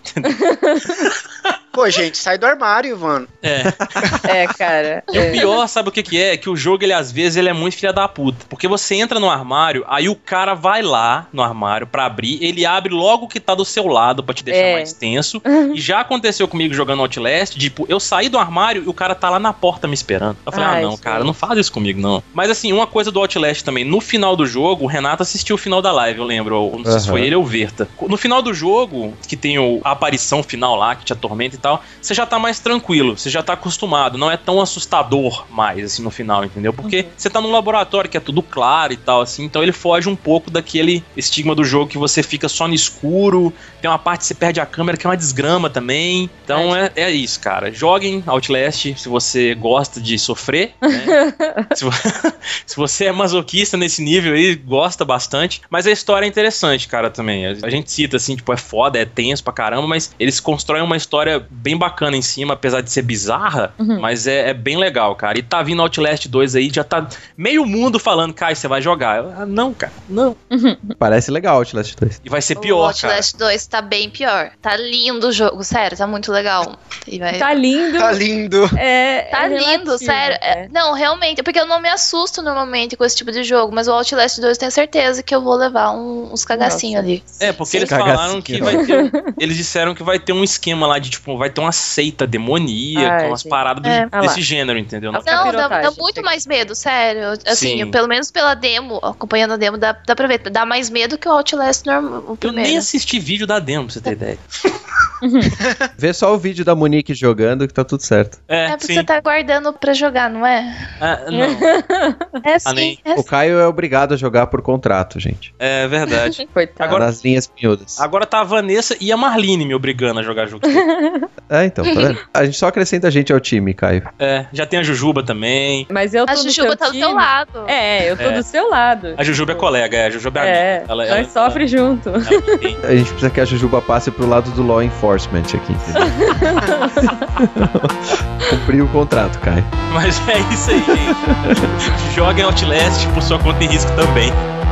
Pô, gente, sai do armário, mano. É. É, cara. E é. o pior, sabe o que que é? Que o jogo, ele às vezes, ele é muito filha da puta. Porque você entra no armário, aí o cara vai lá no armário pra abrir, ele abre logo o que tá do seu lado pra te deixar É. mais tenso. E já aconteceu comigo jogando Outlast, tipo, eu saí do armário e o cara tá lá na porta me esperando. Eu falei, Ai, ah, não, gente. cara, não faz isso comigo, não. Mas assim, uma coisa do Outlast também, no final do jogo, o Renato assistiu o final da live, eu lembro, ou não sei Uhum. se foi ele ou o Verta. No final do jogo, que tem o- a aparição final lá, que te atormenta e tal, você já tá mais tranquilo, você já tá acostumado, não é tão assustador mais, assim, no final, entendeu? Porque Uhum. você tá num laboratório que é tudo claro e tal, assim, então ele foge um pouco daquele estigma do jogo que você fica só no escuro, tem uma parte que você perde a câmera que é uma desgrama também, então é, é isso, cara. Joguem Outlast se você gosta de sofrer, né? se, vo- se você é masoquista nesse nível aí, gosta bastante, mas a história é interessante, cara, também. A, a gente cita, assim, tipo, é foda, é tenso pra caramba, mas eles constroem uma história bem bacana em cima, apesar de ser bizarra, Uhum. mas é, é bem legal, cara. E tá vindo Outlast dois aí, já tá meio mundo falando, Kai, você vai jogar. Eu, ah, não, cara, não. Parece legal Outlast dois. E vai ser O pior, cara. Outlast dois tá bem pior. Tá lindo o jogo, sério, tá muito legal. E vai... Tá lindo. Tá lindo. É, Tá é lindo, relativo, sério. É, né? não, realmente, porque eu não me assusto normalmente com esse tipo de jogo, mas o Outlast dois eu tenho certeza que eu vou levar um- uns cagacinhos ali. É, porque Sim, eles cagacinho. falaram que vai ter. Eles disseram que vai ter um esquema lá de, tipo, vai ter uma seita demoníaca, Ai, umas gente. paradas do- É. Ah lá. desse gênero, entendeu? As Não, dá, capirotagem, dá muito chega. mais medo, sério. Assim, Sim. pelo menos pela demo, acompanhando a demo, dá, dá pra ver. Dá mais medo que o Outlast normal, o Eu primeiro. nem assisti vídeo da demo, pra você ter ideia. Vê só o vídeo da Monique jogando que tá tudo certo. É, É porque sim. você tá guardando pra jogar, não é? Ah, não, É sim, nem- é O Caio é obrigado a jogar por contrato, gente. é verdade. Coitado. Agora- Nas linhas miúdas. Agora tá a Vanessa e a Marlene me obrigando a jogar jogo. É, então, tá vendo? A gente só acrescenta gente ao time, Caio. É, já tem a Jujuba também. Mas eu tô A do Jujuba seu tá do time. teu lado. É, eu tô É. do seu lado. A Jujuba é colega, é, a Jujuba é É, amiga. Ela, nós ela, sofre junto. ela, ela entende. A gente precisa que a Jujuba passe pro lado do law enforcement aqui, entendeu? Cumprir o contrato, Caio. Mas é isso aí, gente. Joguem Outlast por sua conta e risco também.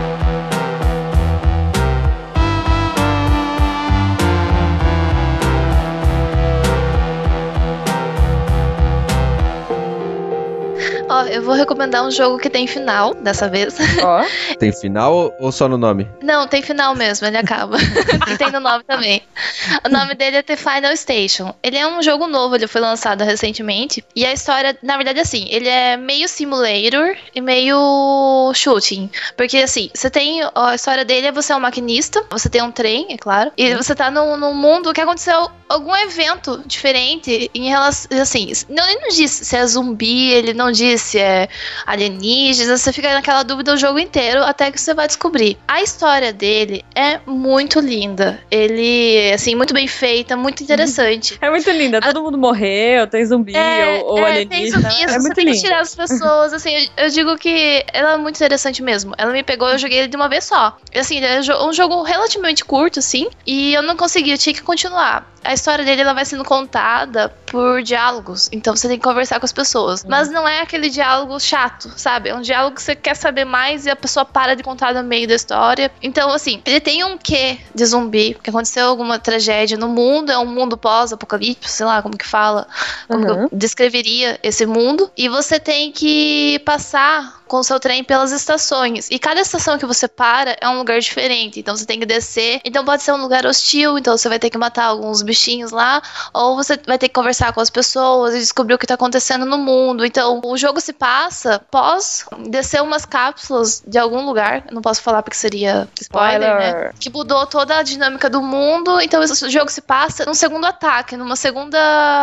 Ó, eu vou recomendar um jogo que tem final, dessa vez. Ó, Tem final ou só no nome? Não, tem final mesmo, ele acaba. E tem no nome também. O nome dele é The Final Station. Ele é um jogo novo, ele foi lançado recentemente. E a história, na verdade, assim, ele é meio simulator e meio shooting. Porque, assim, você tem. A história dele é você é um maquinista, você tem um trem, é claro. E você tá num, num mundo que aconteceu algum evento diferente em relação. Assim, não, ele não diz se é zumbi, ele não diz se é alienígenas, você fica naquela dúvida o jogo inteiro até que você vai descobrir. A história dele é muito linda. Ele, assim, muito bem feita, muito interessante. é muito linda. Todo mundo morreu, tem zumbi É, ou, ou é, tem alienígena. zumbis, É você muito tem que lindo. tirar as pessoas, assim, eu, eu digo que ela é muito interessante mesmo. Ela me pegou, eu joguei ele de uma vez só. Assim, é um jogo relativamente curto, assim, e eu não consegui, eu tinha que continuar. A história dele, ela vai sendo contada por diálogos, então você tem que conversar com as pessoas. Hum. Mas não é aquele diálogo chato, sabe? É um diálogo que você quer saber mais e a pessoa para de contar no meio da história. Então, assim, ele tem um quê de zumbi, porque aconteceu alguma tragédia no mundo, é um mundo pós-apocalíptico, sei lá como que fala, como Uhum. que eu descreveria esse mundo. E você tem que passar com o seu trem pelas estações. E cada estação que você para é um lugar diferente. Então você tem que descer. Então pode ser um lugar hostil, então você vai ter que matar alguns bichinhos lá. Ou você vai ter que conversar com as pessoas e descobrir o que tá acontecendo no mundo. Então o jogo se passa pós descer umas cápsulas de algum lugar. Eu não posso falar porque seria spoiler, Spoiler. né? Que mudou toda a dinâmica do mundo. Então esse jogo se passa num segundo ataque, numa segunda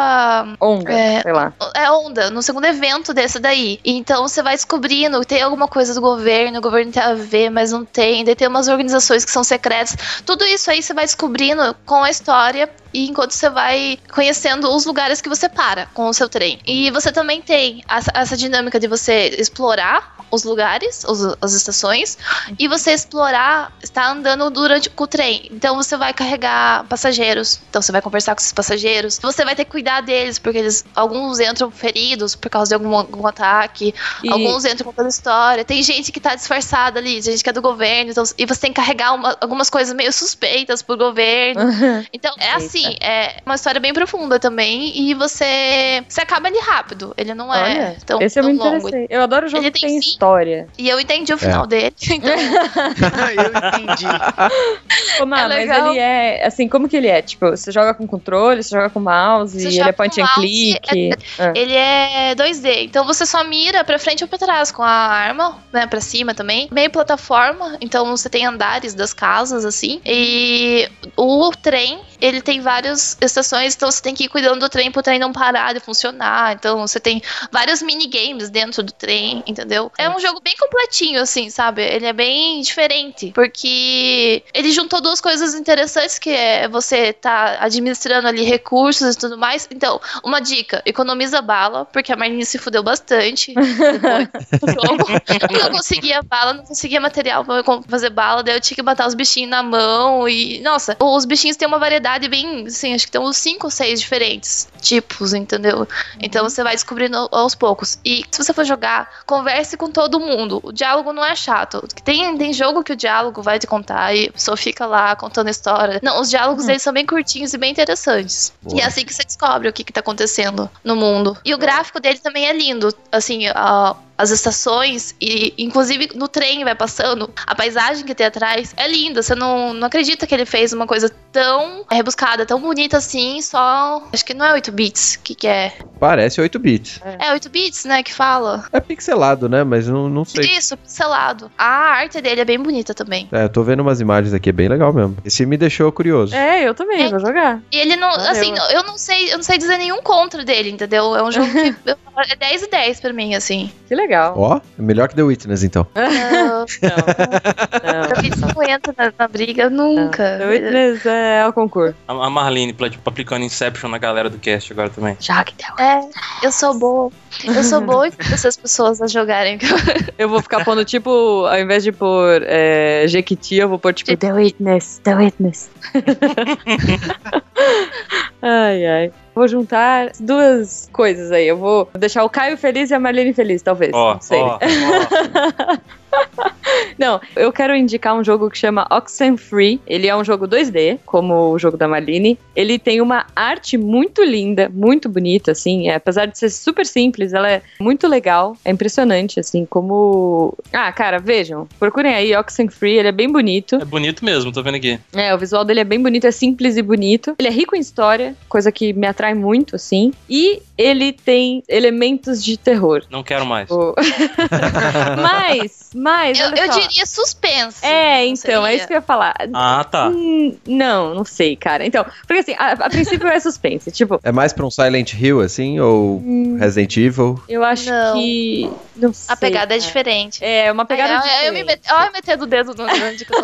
Onda, É. sei lá. é onda, no segundo evento desse daí. E então você vai descobrindo, tem alguma coisa do governo, o governo tem a ver, mas não tem. Daí tem umas organizações que são secretas. Tudo isso aí você vai descobrindo com a história e enquanto você vai conhecendo os lugares que você para com o seu trem. E você também tem essa, essa dinâmica de você explorar os lugares, os, as estações, e você explorar, estar andando durante com o trem. Então você vai carregar passageiros, então você vai conversar com esses passageiros, você vai ter que cuidar deles, porque eles, alguns entram feridos por causa de algum, algum ataque, E- alguns entram com toda a história, tem gente que tá disfarçada ali, tem gente que é do governo, então, e você tem que carregar uma- algumas coisas meio suspeitas pro governo. Então, é assim, é uma história bem profunda também, e você, você acaba ali rápido, ele não é Olha, tão, esse é tão muito longo. interessante. Eu adoro jogo Ele que tem tem fim. história. E eu entendi o final dele, então Eu entendi. Ô, Má, É mas legal. ele é, assim, como que ele é? Tipo, você joga com controle, você joga com mouse, Você ele joga é point com and mouse, click. Ah. ele é dois D, então você só mira pra frente ou pra trás com a arma, né, pra cima também. Meio plataforma, então você tem andares das casas, assim. E o trem, ele tem várias estações, então você tem que ir cuidando do trem pro trem não parar de funcionar. Então você tem vários minigames dentro do trem, entendeu? É um jogo bem completinho, assim, sabe? Ele é bem diferente, porque ele juntou duas coisas interessantes, que é você tá administrando ali recursos e tudo mais. Então, uma dica, economiza bala, porque a Marlene se fudeu bastante depois do jogo. Eu não conseguia bala, não conseguia material pra eu fazer bala, daí eu tinha que matar os bichinhos na mão e, nossa, os bichinhos têm uma variedade bem tem, assim, acho que tem uns cinco ou seis diferentes tipos, entendeu? Então você vai descobrindo aos poucos. E se você for jogar, converse com todo mundo. O diálogo não é chato. Tem, tem jogo que o diálogo vai te contar e a pessoa fica lá contando a história. Não, os diálogos deles são bem curtinhos e bem interessantes. Boa. E é assim que você descobre o que, que tá acontecendo no mundo. E o gráfico dele também é lindo. Assim, a... as estações, e inclusive no trem vai passando, a paisagem que tem atrás é linda, você não, não acredita que ele fez uma coisa tão rebuscada, tão bonita assim, só... Acho que não é oito bits, o que que é? Parece oito bits. É, é oito bits, né, que fala. É pixelado, né, mas não, não sei. Isso, pixelado. A arte dele é bem bonita também. É, eu tô vendo umas imagens aqui, é bem legal mesmo. Esse me deixou curioso. É, eu também, é. vou jogar. E ele não, Valeu. assim, eu não sei, eu não sei dizer nenhum contra dele, entendeu? É um jogo que é dez e dez pra mim, assim. Que legal. Ó, é melhor que The Witness, então. Não, não. Eu fiz cinquenta na, na briga, nunca. Não. The Witness é ao concurso. A, a Marlene aplicando Inception na galera do cast agora também. Jogue The Witness. É, eu sou boa. Eu sou boa em fazer as pessoas a jogarem. Eu vou ficar pondo, tipo, ao invés de pôr é, Jequiti, eu vou pôr, tipo, The Witness, The Witness. Ai, ai. Vou juntar duas coisas aí. Eu vou deixar o Caio feliz e a Marlene feliz, talvez. Ó, não sei. ó, ó. Não, eu quero indicar um jogo que chama Oxenfree. Ele é um jogo dois D, como o jogo da Marlene. Ele tem uma arte muito linda, muito bonita, assim. É, apesar de ser super simples, ela é muito legal. É impressionante, assim, como... Ah, cara, vejam. Procurem aí Oxenfree, ele é bem bonito. É bonito mesmo, tô vendo aqui. É, o visual dele é bem bonito, é simples e bonito. Ele é rico em história, coisa que me atrai muito, assim. E ele tem elementos de terror. Não quero mais. Oh. mas, mas... Eu, eu diria suspense. É, então, é isso que eu ia falar. Ah, tá. Hum, não, não sei, cara. Então, porque assim, a, a princípio é suspense, tipo... É mais pra um Silent Hill, assim, ou hum, Resident Evil? Eu acho não. que... Não sei, a pegada cara. é diferente. É, uma pegada Ai, diferente. Eu me met... Olha, metendo o dedo no indicação.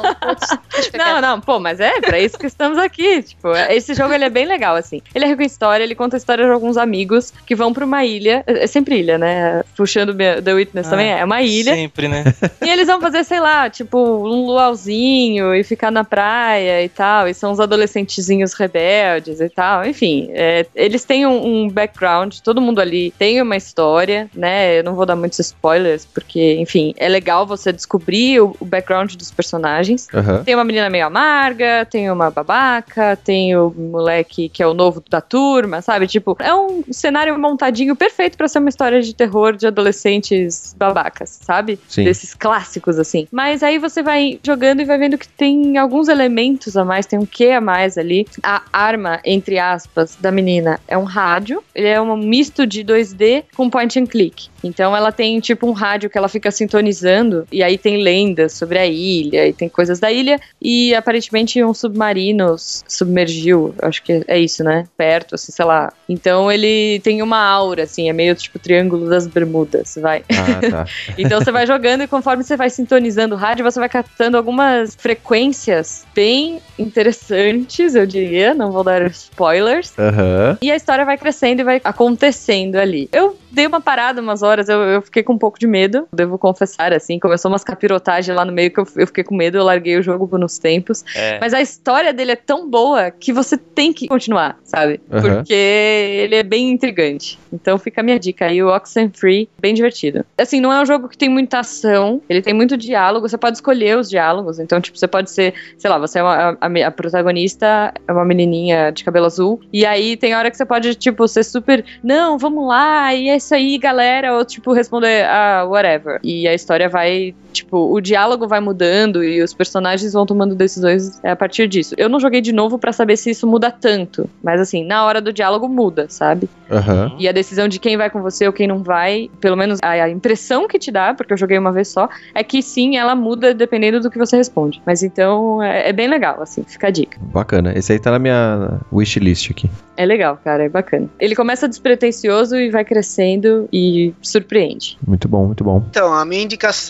Não, não, pô, mas é pra isso que estamos aqui. Tipo, esse jogo, ele é bem legal, assim. Ele é rico em história, ele conta a história de alguns amigos que vão pra uma ilha. É sempre ilha, né? Puxando The Witness ah, também, é uma ilha. Sempre, né? E eles vão fazer, sei lá, tipo, um luauzinho e ficar na praia e tal. E são uns adolescentezinhos rebeldes e tal. Enfim, é, eles têm um, um background, todo mundo ali tem uma história, né? Eu não vou dar muitos spoilers, porque, enfim, é legal você descobrir o, o background dos personagens. Uhum. Tem uma menina meio amarga, tem uma babaca, tem o moleque que é o novo da turma, sabe? Tipo, é um cenário montadinho perfeito pra ser uma história de terror de adolescentes babacas, sabe? Sim. Desses clássicos, assim. Mas aí você vai jogando e vai vendo que tem alguns elementos a mais, tem um quê a mais ali. A arma, entre aspas, da menina é um rádio. Ele é um misto de dois D com point and click. Então ela tem tipo um rádio que ela fica sintonizando e aí tem lendas sobre a ilha e tem coisas da ilha e aparentemente um submarino submergiu, acho que é isso, né? Perto, assim, sei lá. Então ele tem uma aura, assim, é meio tipo Triângulo das Bermudas, vai. Ah, tá. Então você vai jogando e conforme você vai sintonizando o rádio, você vai captando algumas frequências bem interessantes, eu diria, não vou dar spoilers. Uhum. E a história vai crescendo e vai acontecendo ali. Eu dei uma parada umas horas, eu, eu fiquei com um pouco de medo, devo confessar, assim, começou umas capirotagens lá no meio que eu, eu fiquei com medo, eu larguei o jogo por uns tempos. É. Mas a história dele é tão boa que você tem que continuar, sabe? Uhum. Porque ele é bem intrigante. Então fica a minha dica aí, o Oxenfree, bem divertido. Assim, não é um jogo que tem muita ação, ele tem muito diálogo, você pode escolher os diálogos, então, tipo, você pode ser, sei lá, você é uma, a, a protagonista é uma menininha de cabelo azul, e aí tem hora que você pode, tipo, ser super, não, vamos lá, e é isso aí, galera, ou, tipo, responder, ah, whatever. E a história vai, tipo, o diálogo vai mudando e os personagens vão tomando decisões a partir disso. Eu não joguei de novo pra saber se isso muda tanto, mas, assim, na hora do diálogo muda, sabe? Uhum. E a decisão de quem vai com você ou quem não vai, pelo menos a, a impressão que te dá, porque eu joguei uma vez só, é que sim, ela muda dependendo do que você responde. Mas então, é, é bem legal, assim, fica a dica. Bacana. Esse aí tá na minha wishlist aqui. É legal, cara, é bacana. Ele começa despretensioso e vai crescendo e surpreende. Muito bom, muito bom. Então, a minha indicação,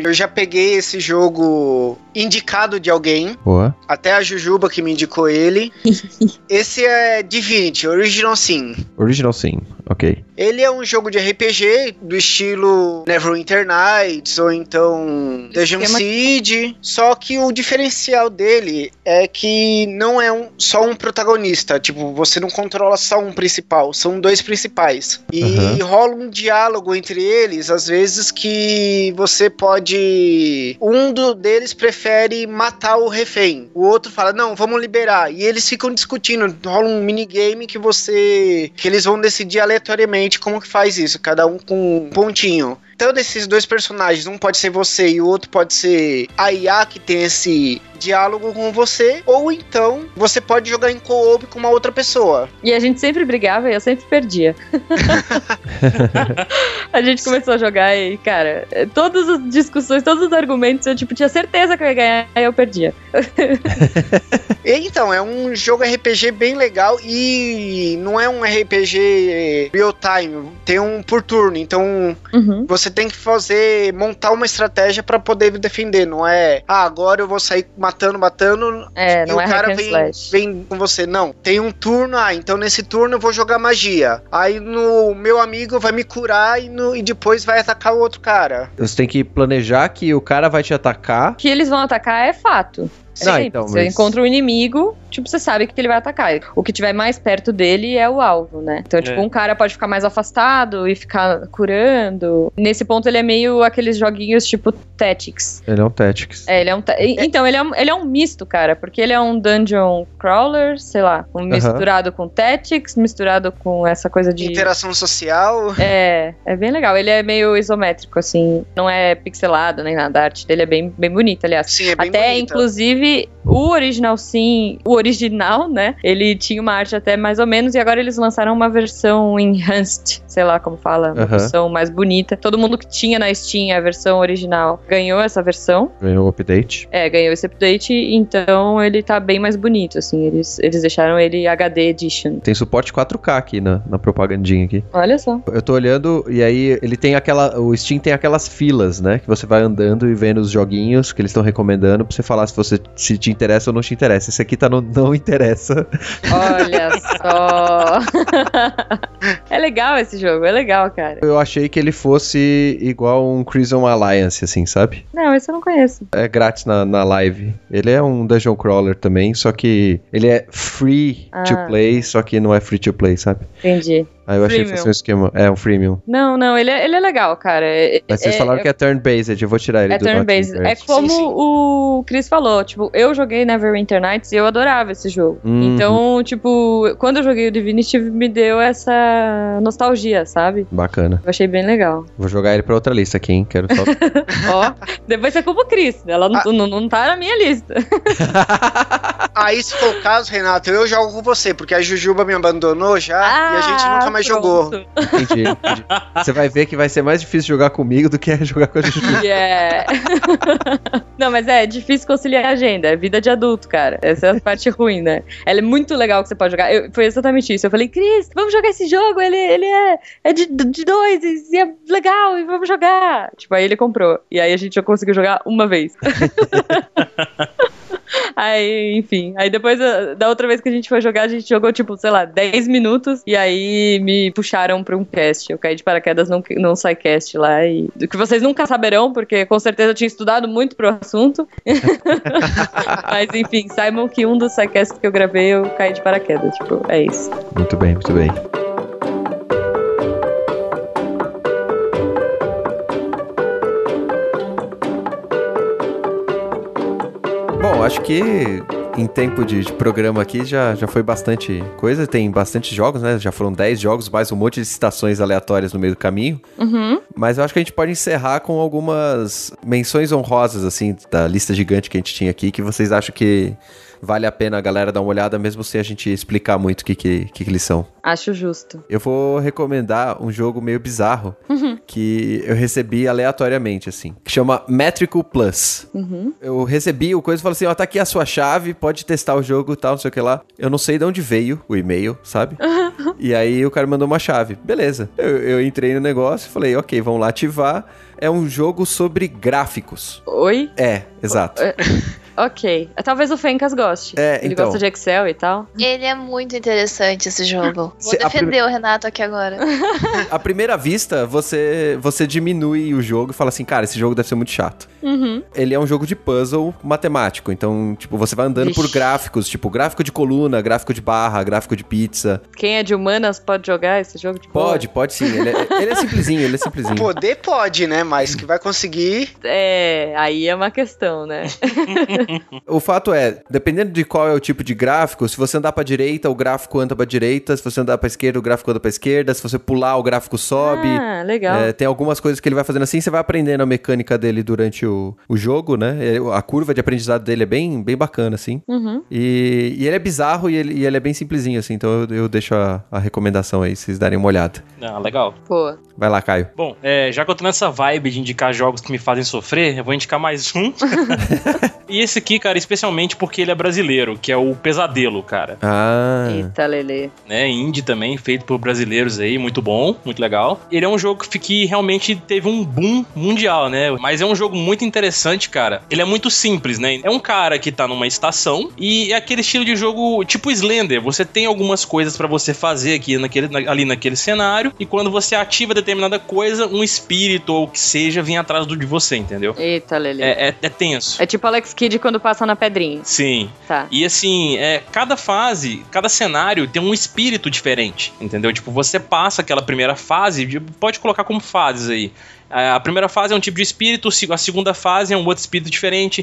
Eu já peguei esse jogo indicado de alguém. Boa. Até a Jujuba que me indicou ele. Esse é Divinity, Original Sin. Original Sin, ok. Ele é um jogo de R P G do estilo Neverwinter Nights ou então Dungeon Siege. Só que o diferencial dele é que não é um, só um protagonista. Tipo, você não controla só um principal, são dois principais. E uhum. rola um diálogo entre eles, às vezes que você pode... Um do, deles prefere matar o refém. O outro fala, não, vamos liberar. E eles ficam discutindo. Rola um minigame que você... que eles vão decidir aleatoriamente como que faz isso, cada um com um pontinho. Então, desses dois personagens, um pode ser você e o outro pode ser a I A que tem esse diálogo com você, ou então você pode jogar em co-op com uma outra pessoa. E a gente sempre brigava e eu sempre perdia. A gente começou a jogar e, cara, todas as discussões, todos os argumentos, eu tipo, tinha certeza que eu ia ganhar e eu perdia. Então, é um jogo R P G bem legal e não é um R P G real time, tem um por turno, então uhum. você tem que fazer, montar uma estratégia pra poder defender, não é, ah, agora eu vou sair matando, matando é, e não o é cara vem, vem com você, não, tem um turno, ah, então nesse turno eu vou jogar magia, aí no meu amigo vai me curar e, no, e depois vai atacar o outro cara. Você tem que planejar que o cara vai te atacar. Que eles vão atacar é fato. Não, Sim, então, você mas... encontra um inimigo, tipo, você sabe que ele vai atacar. O que tiver mais perto dele é o alvo, né? Então, tipo, é. um cara pode ficar mais afastado e ficar curando. Nesse ponto, ele é meio aqueles joguinhos tipo Tactics. Ele é um Tactics. É, ele é um... Ta... Então, ele é um, ele é um misto, cara, porque ele é um dungeon crawler, sei lá, um misturado uh-huh. com Tactics, misturado com essa coisa de... interação social. É, é bem legal. Ele é meio isométrico, assim, não é pixelado nem nada. A arte dele é bem, bem bonita, aliás. Sim, é bem Até, bonita. inclusive, o Original Sin, o original, né? Ele tinha uma arte até mais ou menos, e agora eles lançaram uma versão enhanced, sei lá como fala, uma uh-huh. versão mais bonita. Todo mundo que tinha na Steam a versão original ganhou essa versão. Ganhou o update. É, ganhou esse update, então ele tá bem mais bonito, assim. Eles, eles deixaram ele H D Edition. Tem suporte quatro K aqui na, na propagandinha aqui. Olha só. Eu tô olhando, e aí ele tem aquela... O Steam tem aquelas filas, né? Que você vai andando e vendo os joguinhos que eles estão recomendando pra você falar se você se te interessa ou não te interessa. Esse aqui tá no não interessa. Olha só. É legal esse jogo, é legal, cara. Eu achei que ele fosse igual um Crimson Alliance, assim, sabe? Não, esse eu não conheço. É grátis na, na live. Ele é um dungeon crawler também, só que ele é free ah. to play, só que não é free to play, sabe? Entendi. Aí eu achei que fosse um esquema. É, um freemium. Não, não, ele é, ele é legal, cara. Mas vocês é, falaram é, que é turn-based, eu vou tirar ele é do turn-based. É como sim, sim. o Chris falou, tipo, eu joguei Neverwinter Nights e eu adorava esse jogo. Uhum. Então, tipo, quando eu joguei o Divinity, me deu essa nostalgia, sabe? Bacana. Eu achei bem legal. Vou jogar ele pra outra lista aqui, hein? Quero só... Ó, depois você culpa o Chris. Ela não, ah. não, não tá na minha lista. Aí, se for o caso, Renato, eu jogo com você, porque a Jujuba me abandonou já ah, e a gente nunca mais pronto. jogou. Entendi, entendi. Você vai ver que vai ser mais difícil jogar comigo do que jogar com a Jujuba. Yeah. Não, mas é difícil conciliar a agenda. É vida de adulto, cara. Essa é a parte ruim, né? Ela é muito legal que você pode jogar. Eu, foi exatamente isso. Eu falei, Cris, vamos jogar esse jogo. Ele, ele é, é de, de dois e é legal e vamos jogar. Tipo, aí ele comprou. E aí a gente já conseguiu jogar uma vez. Aí, enfim, aí depois da outra vez que a gente foi jogar, a gente jogou, tipo, sei lá, dez minutos, e aí me puxaram pra um cast. Eu caí de paraquedas num, num SciCast lá, e do que vocês nunca saberão, porque com certeza eu tinha estudado muito pro assunto. Mas, enfim, saibam que um dos SciCasts que eu gravei, eu caí de paraquedas, tipo, é isso. Muito bem, muito bem. Bom, acho que em tempo de, de programa aqui já, já foi bastante coisa, tem bastante jogos, né? Já foram dez jogos, mais um monte de citações aleatórias no meio do caminho. Uhum. Mas eu acho que a gente pode encerrar com algumas menções honrosas, assim, da lista gigante que a gente tinha aqui, que vocês acham que vale a pena a galera dar uma olhada, mesmo sem a gente explicar muito o que, que, que, que eles são. Acho justo. Eu vou recomendar um jogo meio bizarro, uhum. que eu recebi aleatoriamente, assim, que chama Metrical Plus. Uhum. Eu recebi o coisa e falei assim, ó, tá aqui a sua chave, pode testar o jogo e tal, não sei o que lá. Eu não sei de onde veio o e-mail, sabe? E aí o cara mandou uma chave. Beleza. Eu, eu entrei no negócio e falei, ok, vamos lá ativar. É um jogo sobre gráficos. Oi? É, exato. Ok. Talvez o Fencas goste. É, Ele então. gosta de Excel e tal. Ele é muito interessante, esse jogo. Vou Se- a defender prime- o Renato aqui agora. À primeira vista, você, você diminui o jogo e fala assim, cara, esse jogo deve ser muito chato. Uhum. Ele é um jogo de puzzle matemático, então, tipo, você vai andando Vixe. por gráficos, tipo, gráfico de coluna, gráfico de barra, gráfico de pizza. Quem é de humanas pode jogar esse jogo de boa? Pode, pode sim, ele é, ele é simplesinho, ele é simplesinho. Poder pode, né? Mas que vai conseguir. É, aí é uma questão, né? O fato é, dependendo de qual é o tipo de gráfico, se você andar pra direita, o gráfico anda pra direita, se você andar pra esquerda, o gráfico anda pra esquerda, se você pular, o gráfico sobe. Ah, legal. É, tem algumas coisas que ele vai fazendo assim, você vai aprendendo a mecânica dele durante o, o jogo, né? Ele- A curva de aprendizado dele é bem, bem bacana, assim. Uhum. E, e ele é bizarro e ele, e ele é bem simplesinho, assim, então eu, eu deixo a, a recomendação aí, se vocês darem uma olhada. Ah, legal. Pô. Vai lá, Caio. Bom, é, já que eu tô nessa vibe de indicar jogos que me fazem sofrer, eu vou indicar mais um. E esse aqui, cara, especialmente porque ele é brasileiro, que é o Pesadelo, cara. Ah, Eita, Lelê. Né, indie também, feito por brasileiros aí, muito bom, muito legal. Ele é um jogo que, que realmente teve um boom mundial, né? Mas é um jogo muito interessante, cara. Ele é muito simples, né? É um cara que tá numa estação e é aquele estilo de jogo tipo Slender. Você tem algumas coisas pra você fazer aqui naquele, na- ali naquele cenário e quando você ativa determinada coisa, um espírito ou o que seja vem atrás do, de você, entendeu? Eita, Lelê. É, é, é tenso. É tipo Alex Kidd quando passa na pedrinha. Sim. Tá. E assim, é, cada fase, cada cenário tem um espírito diferente, entendeu? Tipo, você passa aquela primeira fase, de- pode colocar como fases aí. A primeira fase é um tipo de espírito, a segunda fase é um outro espírito diferente.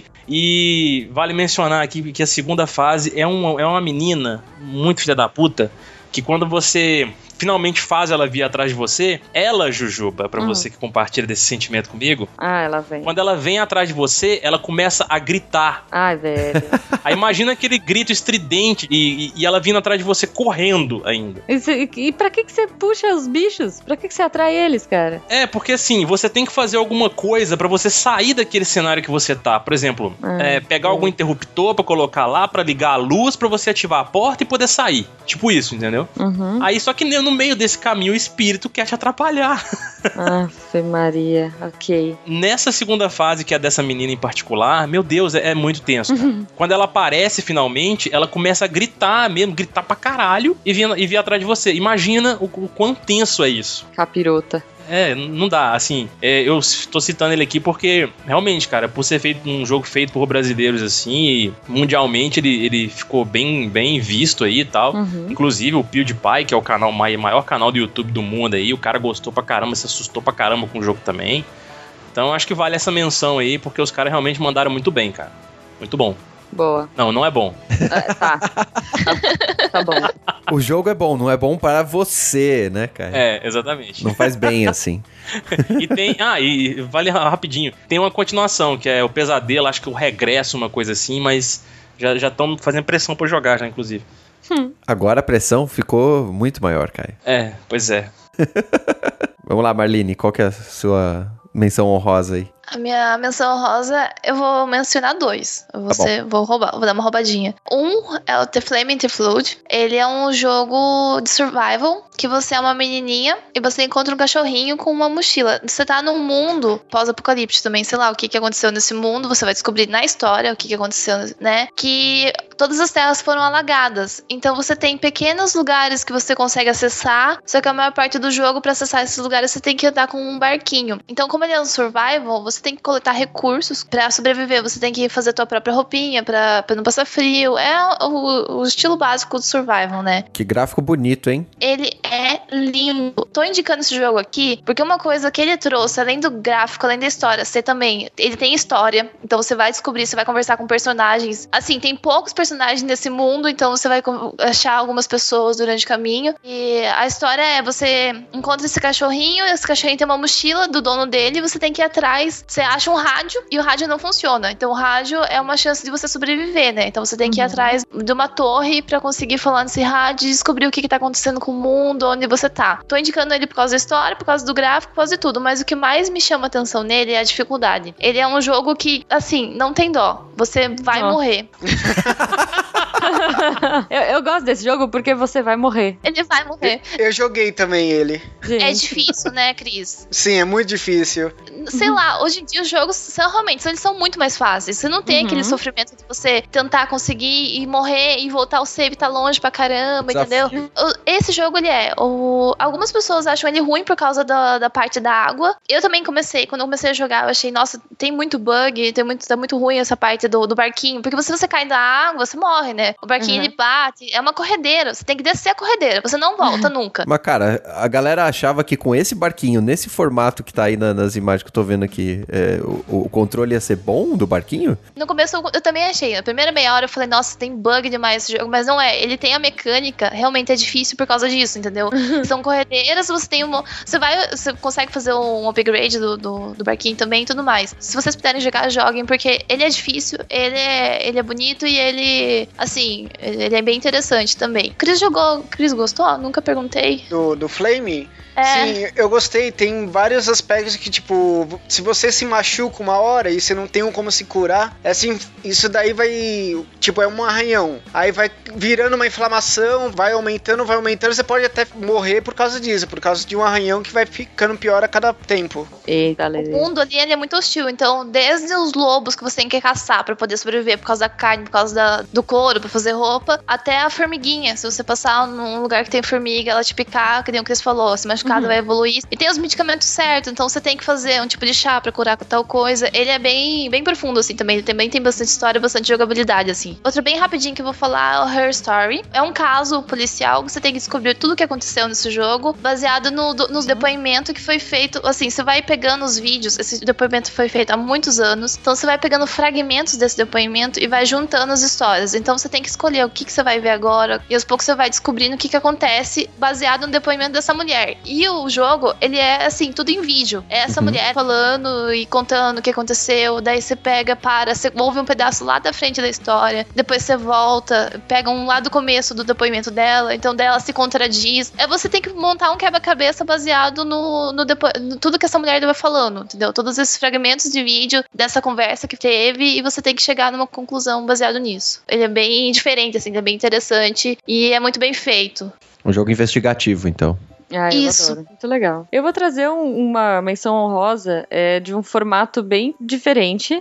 E vale mencionar aqui que a segunda fase é uma, é uma menina muito filha da puta, que quando você finalmente faz ela vir atrás de você, ela, Jujuba, pra Uhum. você que compartilha desse sentimento comigo, Ah, ela vem. quando ela vem atrás de você, ela começa a gritar. Ai, velho. Aí imagina aquele grito estridente e, e- e ela vindo atrás de você correndo ainda. E, cê- e pra que, que você puxa os bichos? Pra que, que você atrai eles, cara? É, porque assim, você tem que fazer alguma coisa pra você sair daquele cenário que você tá. Por exemplo, Ah, é, pegar algum interruptor pra colocar lá, pra ligar a luz, pra você ativar a porta e poder sair. Tipo isso, entendeu? Uhum. Aí só que no meio desse caminho o espírito quer te atrapalhar. Ave Maria, ok. Nessa segunda fase, que é dessa menina em particular, meu Deus, é, é muito tenso, cara. Quando ela aparece finalmente, ela começa a gritar mesmo, gritar pra caralho e vir, e vir atrás de você. Imagina o, o quão tenso é isso. Capirota. É, não dá, assim, é, eu tô citando ele aqui porque, realmente, cara, por ser feito um jogo feito por brasileiros, assim, e mundialmente ele, ele ficou bem, bem visto aí e tal. Uhum. Inclusive o PewDiePie, que é o canal, maior canal do YouTube do mundo aí, o cara gostou pra caramba, se assustou pra caramba com o jogo também. Então acho que vale essa menção aí, porque os caras realmente mandaram muito bem, cara. Muito bom. Boa. Não, não é bom. Ah, tá. tá. Tá bom. o jogo é bom, não é bom para você, né, cara? É, exatamente. Não faz bem assim. E tem. Ah, e vale rapidinho. Tem uma continuação, que é o Pesadelo, acho que o Regresso, uma coisa assim, mas já estão fazendo pressão pra eu jogar, já, inclusive. Agora a pressão ficou muito maior, Caio. É, pois é. Vamos lá, Marlene, qual que é a sua menção honrosa aí? A minha menção rosa, eu vou mencionar dois. Eu vou, Tá bom. ser- vou roubar, vou dar uma roubadinha. Um é o The Flaming The Flood. Ele é um jogo de survival, que você é uma menininha e você encontra um cachorrinho com uma mochila. Você tá num mundo pós-apocalipse também, sei lá, o que, que aconteceu nesse mundo, você vai descobrir na história o que, que aconteceu, né? Que todas as terras foram alagadas. Então você tem pequenos lugares que você consegue acessar, só que a maior parte do jogo, pra acessar esses lugares, você tem que andar com um barquinho. Então, como ele é um survival, você tem que coletar recursos pra sobreviver. Você tem que fazer a tua própria roupinha pra, pra não passar frio. É o, o estilo básico do survival, né? Que gráfico bonito, hein? Ele é lindo. Tô indicando esse jogo aqui porque uma coisa que ele trouxe, além do gráfico, além da história, você também, ele tem história. Então você vai descobrir, você vai conversar com personagens. Assim, tem poucos personagens nesse mundo, então você vai co- achar algumas pessoas durante o caminho. E a história é, você encontra esse cachorrinho, esse cachorrinho tem uma mochila do dono dele, e você tem que ir atrás você acha um rádio e o rádio não funciona. Então o rádio é uma chance de você sobreviver, né? Então você tem que ir uhum. atrás de uma torre pra conseguir falar nesse rádio e descobrir o que, que tá acontecendo com o mundo, onde você tá. Tô indicando ele por causa da história, por causa do gráfico, por causa de tudo, mas o que mais me chama atenção nele é a dificuldade. Ele é um jogo que, assim, não tem dó. Você vai oh. morrer. eu, eu gosto desse jogo porque você vai morrer. Ele vai morrer. Eu, eu joguei também ele. Gente. É difícil, né, Cris? Sim, é muito difícil. Sei lá, hoje em dia os jogos são realmente, eles são muito mais fáceis. Você não tem uhum. aquele sofrimento de você tentar conseguir e morrer e voltar ao save, tá longe pra caramba, Desafio. entendeu? Esse jogo, ele é. O, algumas pessoas acham ele ruim por causa da, da parte da água. Eu também comecei, quando eu comecei a jogar, eu achei, nossa, tem muito bug, tem muito, tá muito ruim essa parte do, do barquinho. Porque se você cai da água, você morre, né? O barquinho, uhum. ele bate, é uma corredeira. Você tem que descer a corredeira, você não volta nunca. Mas, cara, a galera achava que com esse barquinho, nesse formato que tá aí na, nas imagens que eu tô vendo aqui, é, o, o controle ia ser bom do barquinho? No começo, eu, eu também achei. Na primeira meia hora, eu falei, nossa, tem bug demais esse jogo. Mas não é. Ele tem a mecânica, realmente é difícil por causa disso, entendeu? São corredeiras, você tem uma... Você vai... Você consegue fazer um upgrade do, do, do barquinho também e tudo mais. Se vocês puderem jogar, joguem, porque ele é difícil, ele é, ele é bonito e ele... Assim, ele é bem interessante também. Cris jogou... Cris gostou? Nunca perguntei. Do, do Flame? É. Sim, eu gostei. Tem vários aspectos que, tipo, se você se machuca uma hora e você não tem um como se curar, é assim, isso daí vai, tipo, é um arranhão. Aí vai virando uma inflamação, vai aumentando, vai aumentando, você pode até morrer por causa disso, por causa de um arranhão que vai ficando pior a cada tempo. Eita, o mundo ali, ele é muito hostil, então desde os lobos que você tem que caçar pra poder sobreviver por causa da carne, por causa da, do couro, pra fazer roupa, até a formiguinha. Se você passar num lugar que tem formiga, ela te picar, que nem o Cris falou, se machucar, uhum. vai evoluir. E tem os medicamentos certos, então você tem que fazer um tipo de chá pra curar tal coisa. Ele é bem, bem profundo, assim, também. Ele também tem bastante história, bastante jogabilidade, assim. Outro bem rapidinho que eu vou falar é o Her Story. É um caso policial que você tem que descobrir tudo o que aconteceu nesse jogo, baseado no, do, nos depoimentos que foi feito. Assim, você vai pegando os vídeos, esse depoimento foi feito há muitos anos, então você vai pegando fragmentos desse depoimento e vai juntando as histórias. Então você tem que escolher o que, que você vai ver agora, e aos poucos você vai descobrindo o que, que acontece baseado no depoimento dessa mulher. E o jogo, ele é assim, tudo em vídeo. É essa uhum. mulher falando e contando o que aconteceu, daí você pega, para, você ouve um pedaço lá da frente da história, depois você volta, pega um lá do começo do depoimento dela, então dela se contradiz. É, você tem que montar um quebra-cabeça baseado no, no, depo... no tudo que essa mulher vai falando, entendeu? Todos esses fragmentos de vídeo dessa conversa que teve, e você tem que chegar numa conclusão baseado nisso. Ele é bem diferente, assim, ele é bem interessante e é muito bem feito. Um jogo investigativo, então. Ah, eu Isso. adoro. Muito legal. Eu vou trazer um, uma menção honrosa é, de um formato bem diferente.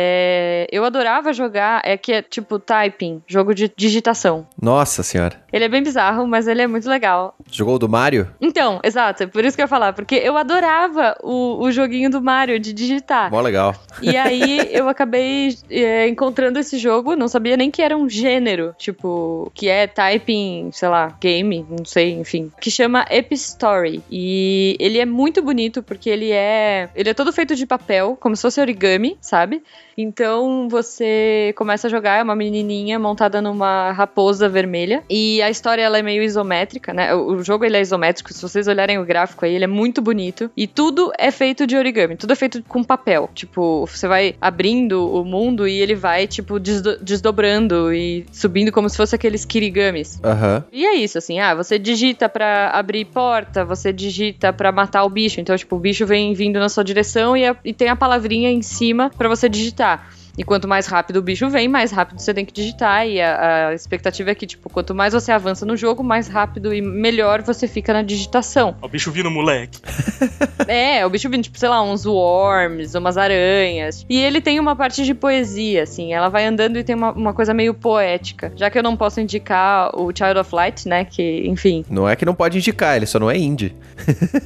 É, eu adorava jogar, é que é tipo typing, jogo de digitação. Nossa senhora. Ele é bem bizarro, mas ele é muito legal. Jogou o do Mario? Então, exato, é por isso que eu ia falar, porque eu adorava o, o joguinho do Mario de digitar. Mó legal. E aí eu acabei é, encontrando esse jogo, não sabia nem que era um gênero, tipo, que é typing, sei lá, game, não sei, enfim, que chama Epistory. E ele é muito bonito porque ele é, ele é todo feito de papel, como se fosse origami, sabe? Então você começa a jogar, é uma menininha montada numa raposa vermelha, e a história ela é meio isométrica, né? O, o jogo ele é isométrico, se vocês olharem o gráfico aí, ele é muito bonito, e tudo é feito de origami, tudo é feito com papel, tipo, você vai abrindo o mundo e ele vai, tipo, desdo- desdobrando e subindo como se fosse aqueles kirigamis. Aham. E é isso, assim, ah, você digita pra abrir porta, você digita pra matar o bicho, então, tipo, o bicho vem vindo na sua direção e, a, e tem a palavrinha em cima pra você digitar. E quanto mais rápido o bicho vem, mais rápido você tem que digitar. E a, a expectativa é que, tipo, quanto mais você avança no jogo, mais rápido e melhor você fica na digitação. O bicho vindo, moleque. É, o bicho vindo, tipo, sei lá, uns worms, umas aranhas. E ele tem uma parte de poesia, assim. Ela vai andando e tem uma, uma coisa meio poética. Já que eu não posso indicar o Child of Light, né, que, enfim... Não é que não pode indicar, ele só não é indie.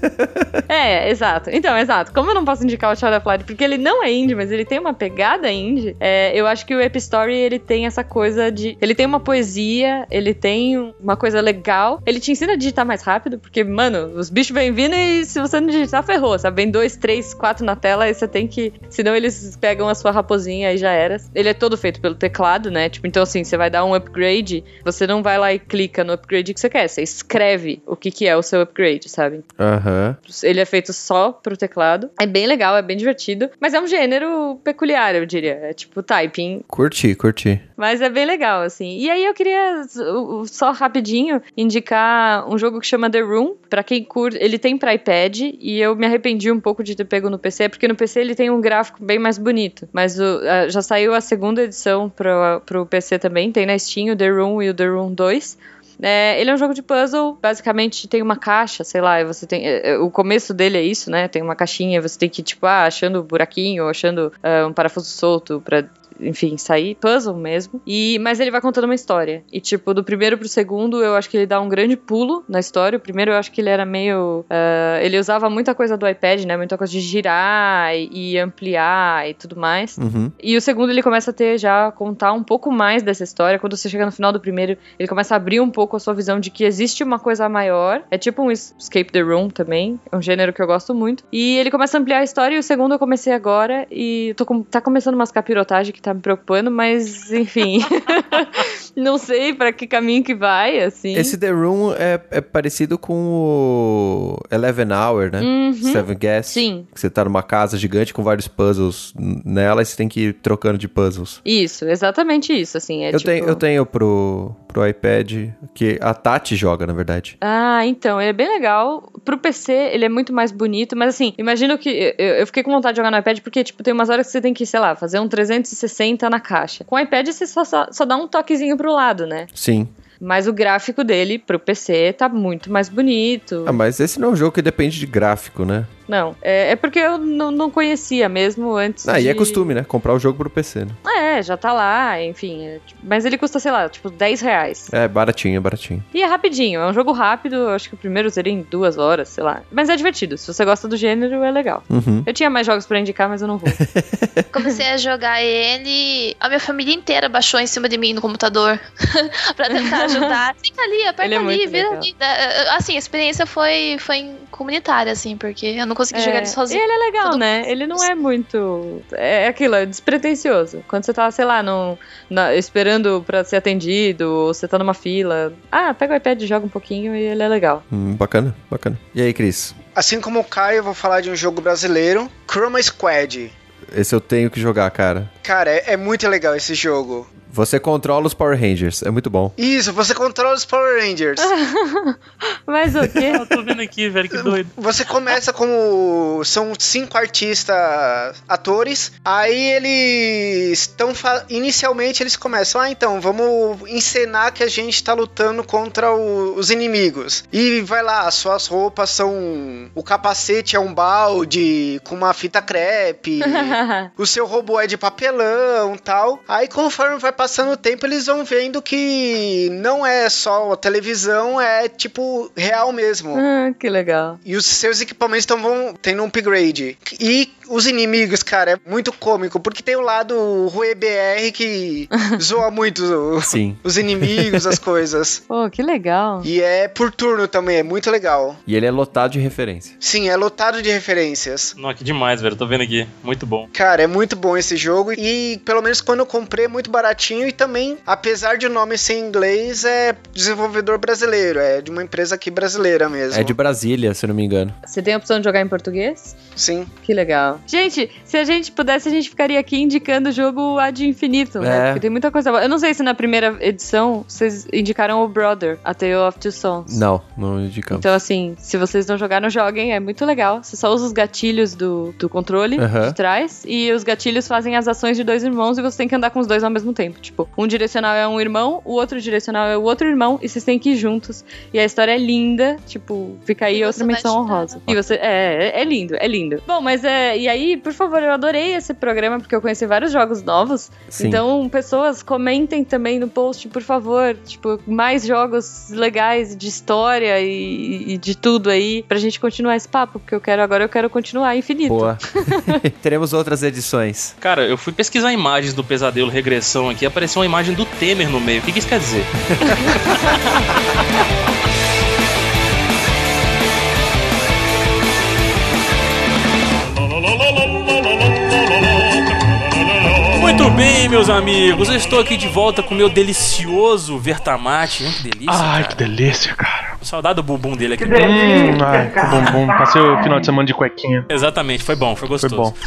É, exato. Então, exato. Como eu não posso indicar o Child of Light? Porque ele não é indie, mas ele tem uma pegada indie. indie, é, eu acho que o Epistory, ele tem essa coisa de... Ele tem uma poesia, ele tem uma coisa legal, ele te ensina a digitar mais rápido, porque, mano, os bichos vêm vindo e se você não digitar, ferrou, sabe? Vem dois, três, quatro na tela e você tem que... Senão eles pegam a sua raposinha e já era. Ele é todo feito pelo teclado, né? Tipo, então assim, você vai dar um upgrade, você não vai lá e clica no upgrade que você quer, você escreve o que que é o seu upgrade, sabe? Aham. Uhum. Ele é feito só pro teclado. É bem legal, é bem divertido, mas é um gênero peculiar, eu diria. É tipo typing. Curti, curti. Mas é bem legal, assim. E aí eu queria, só rapidinho, indicar um jogo que chama The Room, pra quem curte. Ele tem pra iPad, e eu me arrependi um pouco de ter pego no P C, porque no P C ele tem um gráfico bem mais bonito. Mas o, a, já saiu a segunda edição pro, pro P C também, tem na Steam o The Room e o The Room dois. É, ele é um jogo de puzzle, basicamente tem uma caixa, sei lá, e você tem, é, o começo dele é isso, né, tem uma caixinha, você tem que, tipo, ah, achando buraquinho, achando uh, um parafuso solto pra... enfim, sair, puzzle mesmo. E, mas ele vai contando uma história. E, tipo, do primeiro pro segundo, eu acho que ele dá um grande pulo na história. O primeiro, eu acho que ele era meio... Uh, ele usava muita coisa do iPad, né? Muita coisa de girar e, e ampliar e tudo mais. Uhum. E o segundo, ele começa a ter já, contar um pouco mais dessa história. Quando você chega no final do primeiro, ele começa a abrir um pouco a sua visão de que existe uma coisa maior. É tipo um Escape the Room também. É um gênero que eu gosto muito. E ele começa a ampliar a história. E o segundo eu comecei agora. E tô com, tá começando umas capirotagens que tá me preocupando, mas enfim, não sei pra que caminho que vai, assim. Esse The Room é, é parecido com o Eleven Hour, né? Uhum. Seven Guests. Sim. Que você tá numa casa gigante com vários puzzles nela e você tem que ir trocando de puzzles. Isso, exatamente isso, assim. É eu, tipo... tenho, eu tenho pro, pro iPad, que a Tati joga, na verdade. Ah, então, ele é bem legal. Pro P C, ele é muito mais bonito, mas assim, imagino que... Eu, eu fiquei com vontade de jogar no iPad porque, tipo, tem umas horas que você tem que, sei lá, fazer um trezentos e sessenta na caixa. Com o iPad, você só, só, só dá um toquezinho pro lado, né? Sim. Mas o gráfico dele pro P C tá muito mais bonito. Ah, mas esse não é um jogo que depende de gráfico, né? Não, é, é porque eu não, não conhecia mesmo antes Ah, de... e é costume, né? Comprar o jogo pro P C, né? É, já tá lá, enfim. É, tipo, mas ele custa, sei lá, tipo, dez reais. É, baratinho, é baratinho. E é rapidinho, é um jogo rápido, eu acho que o primeiro eu zerei em duas horas, sei lá. Mas é divertido, se você gosta do gênero, é legal. Uhum. Eu tinha mais jogos pra indicar, mas eu não vou. Comecei a jogar ele, a minha família inteira baixou em cima de mim no computador pra tentar ajudar. Fica ali, aperta Ele é ali, muito vira legal. ali. Assim, a experiência foi, foi comunitária, assim, porque eu não consegui É, jogar ele sozinho. E ele é legal, Todo né? mundo. Ele não é muito... É aquilo, é despretensioso. Quando você tá, sei lá, no, na, esperando pra ser atendido, ou você tá numa fila... Ah, pega o iPad e joga um pouquinho e ele é legal. Hum, bacana, bacana. E aí, Cris? Assim como o Caio, eu vou falar de um jogo brasileiro, Chroma Squad. Esse eu tenho que jogar, cara. Cara, é, é muito legal esse jogo. Você controla os Power Rangers, é muito bom. Isso, você controla os Power Rangers. Mas o quê? Eu tô vendo aqui, velho, que doido. Você começa como... São cinco artistas, atores. Aí eles estão... Fa... Inicialmente eles começam... Ah, então, vamos encenar que a gente tá lutando contra o... os inimigos. E vai lá, as suas roupas são... O capacete é um balde com uma fita crepe. O seu robô é de papelão e tal. Aí conforme vai passando o tempo, eles vão vendo que não é só a televisão, é tipo real mesmo. Ah, que legal. E os seus equipamentos estão vão tendo um upgrade. E os inimigos, cara, é muito cômico, porque tem o lado Rue B R que zoa muito Sim. os inimigos, as coisas. Pô, que legal. E é por turno também, é muito legal. E ele é lotado de referência. Sim, é lotado de referências. Não, que demais, velho. Tô vendo aqui. Muito bom. Cara, é muito bom esse jogo e pelo menos quando eu comprei é muito baratinho e também, apesar de o nome ser em inglês, é desenvolvedor brasileiro, é de uma empresa aqui brasileira mesmo. É de Brasília, se eu não me engano. Você tem a opção de jogar em português? Sim. Que legal. Gente, se a gente pudesse, a gente ficaria aqui indicando o jogo ad infinito, né? É. Porque tem muita coisa boa. Eu não sei se na primeira edição vocês indicaram o Brother, A Tale of Two Sons. Não, não indicamos. Então, assim, se vocês não jogaram, joguem, é muito legal. Você só usa os gatilhos do, do controle Uhum. de trás e os gatilhos fazem as ações de dois irmãos e você tem que andar com os dois ao mesmo tempo. Tipo, um direcional é um irmão, o outro direcional é o outro irmão e vocês têm que ir juntos. E a história é linda, tipo, fica aí E outra você vai menção ajudar, honrosa. né? E você, é, é lindo, é lindo. Bom, mas é, e e aí, por favor, eu adorei esse programa, porque eu conheci vários jogos novos. Sim. Então, pessoas, comentem também no post, por favor. Tipo, mais jogos legais de história e, e de tudo aí, pra gente continuar esse papo, porque eu quero agora, eu quero continuar infinito. Boa. Teremos outras edições. Cara, eu fui pesquisar imagens do Pesadelo Regressão aqui, apareceu uma imagem do Temer no meio. O que, que isso quer dizer? Muito bem, meus amigos, eu estou aqui de volta com o meu delicioso Vertamate. Que delícia, Ai, cara. que delícia, cara. Saudade do bumbum dele aqui. Hum, ai, que bumbum. Passei o final de semana de cuequinha. Exatamente, foi bom, foi gostoso. Foi bom.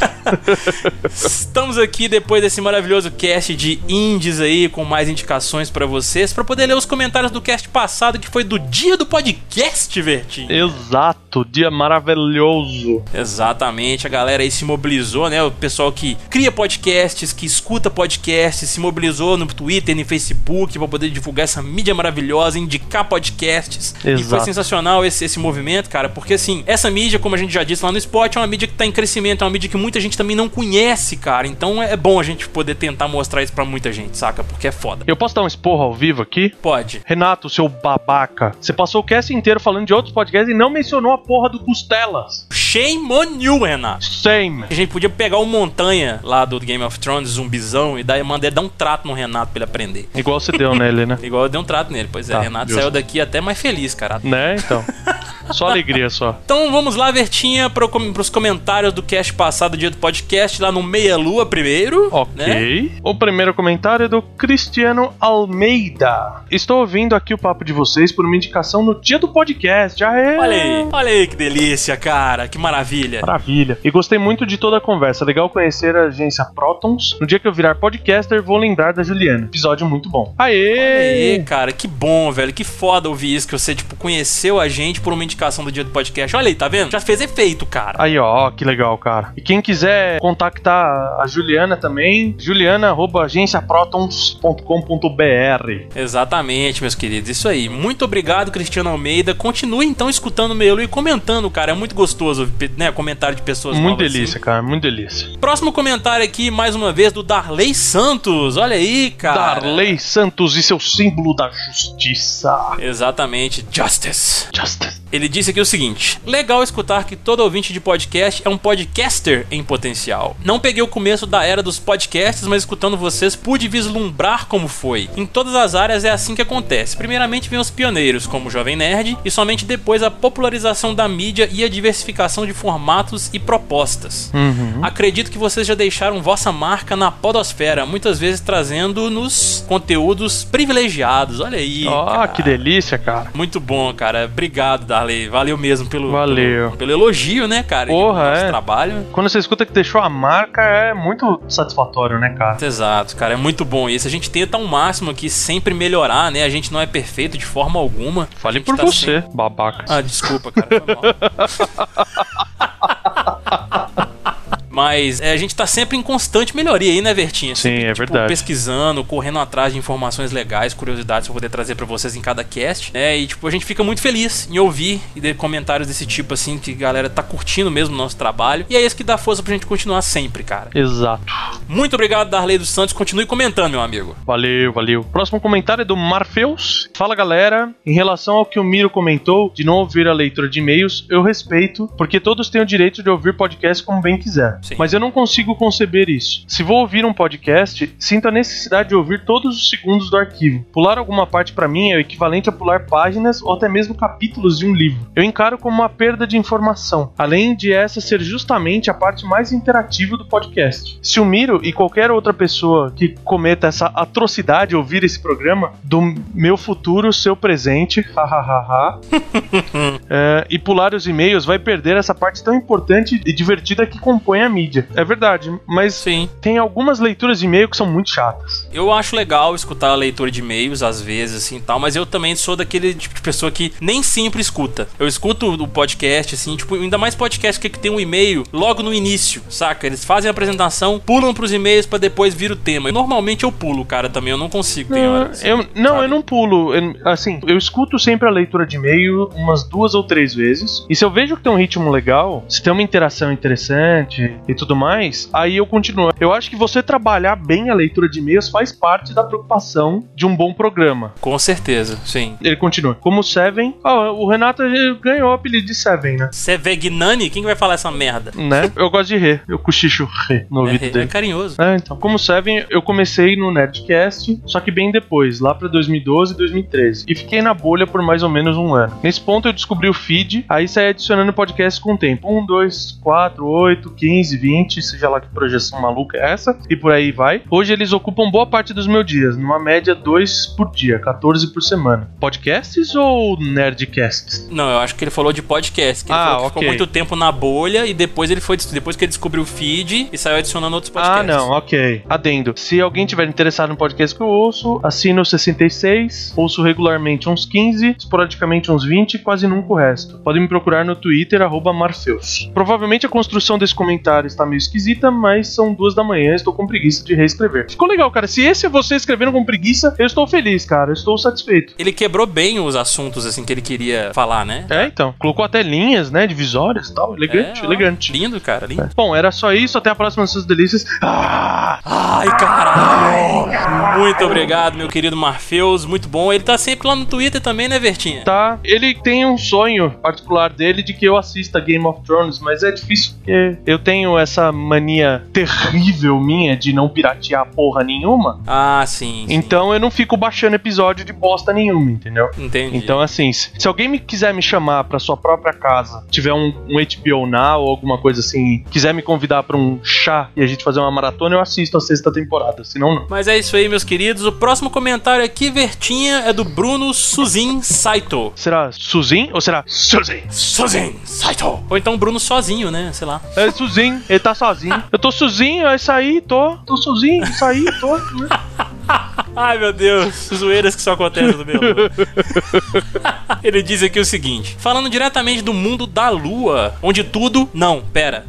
Estamos aqui depois desse maravilhoso cast de indies aí, com mais indicações pra vocês, pra poder ler os comentários do cast passado, que foi do dia do podcast, Vertinho. Exato, dia maravilhoso. Exatamente, a galera aí se mobilizou, né? O pessoal que cria podcasts, que escuta podcasts, se mobilizou no Twitter, no Facebook, pra poder divulgar essa mídia maravilhosa, indicar podcasts. Exato. E foi sensacional esse, esse movimento, cara, porque assim, essa mídia, como a gente já disse lá no Spot, é uma mídia que tá em crescimento, é uma mídia que muita gente também não conhece, cara. Então é bom a gente poder tentar mostrar isso pra muita gente, saca? Porque é foda. Eu posso dar um esporro ao vivo aqui? Pode. Renato, seu babaca, você passou o cast inteiro falando de outros podcasts e não mencionou a porra do Costelas. Shame on you, Renato. Same. A gente podia pegar o Montanha lá do Game of Thrones, zumbizão, e daí mandar dar um trato no Renato pra ele aprender. Igual você deu nele, né? Igual eu dei um trato nele, pois é. Tá, Renato justo. saiu daqui até mais feliz, cara. Né, então. Só alegria, só. Então vamos lá, Vertinha, pro, pros comentários do cast passado, dia do podcast, lá no Meia Lua primeiro. Ok. Né? O primeiro comentário é do Cristiano Almeida. Estou ouvindo aqui o papo de vocês por uma indicação no dia do podcast. Aê! Olha aí, olha aí que delícia, cara. Que maravilha. Maravilha. E gostei muito de toda a conversa. Legal conhecer a agência Protons. No dia que eu virar podcaster, vou lembrar da Juliana. Episódio muito bom. Aê! Olha aí, cara. Que bom, velho. Que foda ouvir isso, que você, tipo, conheceu a gente por uma indicação do dia do podcast. Olha aí, tá vendo? Já fez efeito, cara. Aí, ó, que legal, cara. E quem quiser contactar a Juliana também, juliana arroba agência protons ponto com ponto b r. Exatamente, meus queridos. Isso aí. Muito obrigado, Cristiano Almeida. Continue, então, escutando o Meia-Lua e comentando, cara. É muito gostoso, né? Comentário de pessoas Muito novas delícia, assim. cara. Muito delícia. Próximo comentário aqui, mais uma vez, do Darley Santos. Olha aí, cara. Darley Santos e seu símbolo da justiça. Exatamente. Justice. Justice. Ele disse aqui o seguinte: legal escutar que todo ouvinte de podcast é um podcaster em potencial. Não peguei o começo da era dos podcasts, mas escutando vocês pude vislumbrar como foi. Em todas as áreas é assim que acontece. Primeiramente vem os pioneiros, como o Jovem Nerd, e somente depois a popularização da mídia e a diversificação de formatos e propostas. Uhum. Acredito que vocês já deixaram vossa marca na podosfera, muitas vezes trazendo-nos conteúdos privilegiados. Olha aí. Ó, oh, que delícia, cara. Muito bom, cara. Obrigado, Darley. Valeu mesmo pelo, Valeu. pelo, pelo elogio, né, cara? Porra, do nosso é. trabalho. Quando você escuta que deixou a marca, é muito satisfatório, né, cara? Exato, cara. É muito bom isso. A gente tenta ao máximo aqui sempre melhorar, né? A gente não é perfeito de forma alguma. Fale por tá você, sempre... babaca. Ah, desculpa, cara. Foi mal. Mas é, a gente tá sempre em constante melhoria aí, né, Vertinha? Sim, Sempre, é tipo, verdade. pesquisando, correndo atrás de informações legais, curiosidades pra poder trazer pra vocês em cada cast, né? E, tipo, a gente fica muito feliz em ouvir e ter comentários desse tipo, assim, que a galera tá curtindo mesmo o nosso trabalho. E é isso que dá força pra gente continuar sempre, cara. Exato. Muito obrigado, Darley dos Santos. Continue comentando, meu amigo. Valeu, valeu. Próximo comentário é do Marfeus. Fala, galera. Em relação ao que o Miro comentou, de não ouvir a leitura de e-mails, eu respeito, porque todos têm o direito de ouvir podcast como bem quiser. Sim. Mas eu não consigo conceber isso. Se vou ouvir um podcast, sinto a necessidade de ouvir todos os segundos do arquivo. Pular alguma parte pra mim é o equivalente a pular páginas ou até mesmo capítulos de um livro. Eu encaro como uma perda de informação, além de essa ser justamente a parte mais interativa do podcast. Se o Miro e qualquer outra pessoa que cometa essa atrocidade ouvir esse programa, do meu futuro, seu presente, hahaha, é, e pular os e-mails, vai perder essa parte tão importante e divertida que compõe a mídia. É verdade, mas Sim. tem algumas leituras de e-mail que são muito chatas. Eu acho legal escutar a leitura de e-mails, às vezes, assim, tal, mas eu também sou daquele tipo de pessoa que nem sempre escuta. Eu escuto o podcast, assim, tipo, ainda mais podcast que tem um e-mail logo no início, saca? Eles fazem a apresentação, pulam pros e-mails pra depois vir o tema. Normalmente eu pulo, cara, também, eu não consigo, tem hora. Assim, eu, não, sabe? eu não pulo. Eu, assim, eu escuto sempre a leitura de e-mail umas duas ou três vezes, e se eu vejo que tem um ritmo legal, se tem uma interação interessante, e tudo mais, aí eu continuo. Eu acho que você trabalhar bem a leitura de e-mails faz parte da preocupação de um bom programa. Com certeza, sim. Ele continua. Como Seven, ah, o Renato ganhou o apelido de Seven, né? Sevegnani? Quem que vai falar essa merda? Né? Eu gosto de Rê. Eu cochicho Rê no ouvido É, dele. é carinhoso. É, então. Como Seven, eu comecei no Nerdcast, só que bem depois, lá pra dois mil e doze, dois mil e treze. E fiquei na bolha por mais ou menos um ano. Nesse ponto eu descobri o feed, aí saí adicionando podcast com o tempo. um, dois, quatro, oito, quinze, vinte, seja lá que projeção maluca é essa, e por aí vai. Hoje eles ocupam boa parte dos meus dias, numa média dois por dia, quatorze por semana. Podcasts ou Nerdcasts? Não, eu acho que ele falou de podcast. Que ele Ah, falou que ok. ficou muito tempo na bolha e depois ele foi depois que ele descobriu o feed e saiu adicionando outros podcasts. Ah, não, ok. Adendo. Se alguém tiver interessado no podcast que eu ouço, assino sessenta e seis, ouço regularmente uns quinze, esporadicamente uns vinte e quase nunca o resto. Podem me procurar no Twitter, arroba Marfeus. Provavelmente a construção desse comentário está meio esquisita, mas são duas da manhã e estou com preguiça de reescrever. Ficou legal, cara. Se esse é você escrevendo com preguiça, eu estou feliz, cara. Eu estou satisfeito. Ele quebrou bem os assuntos assim que ele queria falar, né? É, então. Colocou até linhas, né, divisórias e tal. Elegante, É, ó, elegante. Lindo, cara, lindo. É. Bom, era só isso. Até a próxima das suas delícias. Ah! Ai, caralho! Muito obrigado, meu querido Marfeus. Muito bom. Ele tá sempre lá no Twitter também, né, Vertinha? Tá. Ele tem um sonho particular dele de que eu assista Game of Thrones, mas é difícil porque eu tenho essa mania terrível minha de não piratear porra nenhuma. Ah, sim. sim. Então eu não fico baixando episódio de bosta nenhuma, entendeu? Entendi. Então, assim, se, se alguém me quiser me chamar pra sua própria casa, tiver um, um H B O Now ou alguma coisa assim, quiser me convidar pra um chá e a gente fazer uma maratona, eu assisto a sexta temporada, senão não. Mas é isso aí, meus queridos. O próximo comentário aqui, Vertinha, é do Bruno Suzin Saito. Será Suzin ou será Suzin? Suzin Saito. Ou então Bruno sozinho, né? Sei lá. É Suzin, ele tá sozinho. Eu tô sozinho, é isso aí, tô. Tô sozinho, isso aí, tô. Ai, meu Deus. Zoeiras que só acontecem no meu. Ele diz aqui o seguinte: falando diretamente do mundo da lua, onde tudo... Não, pera.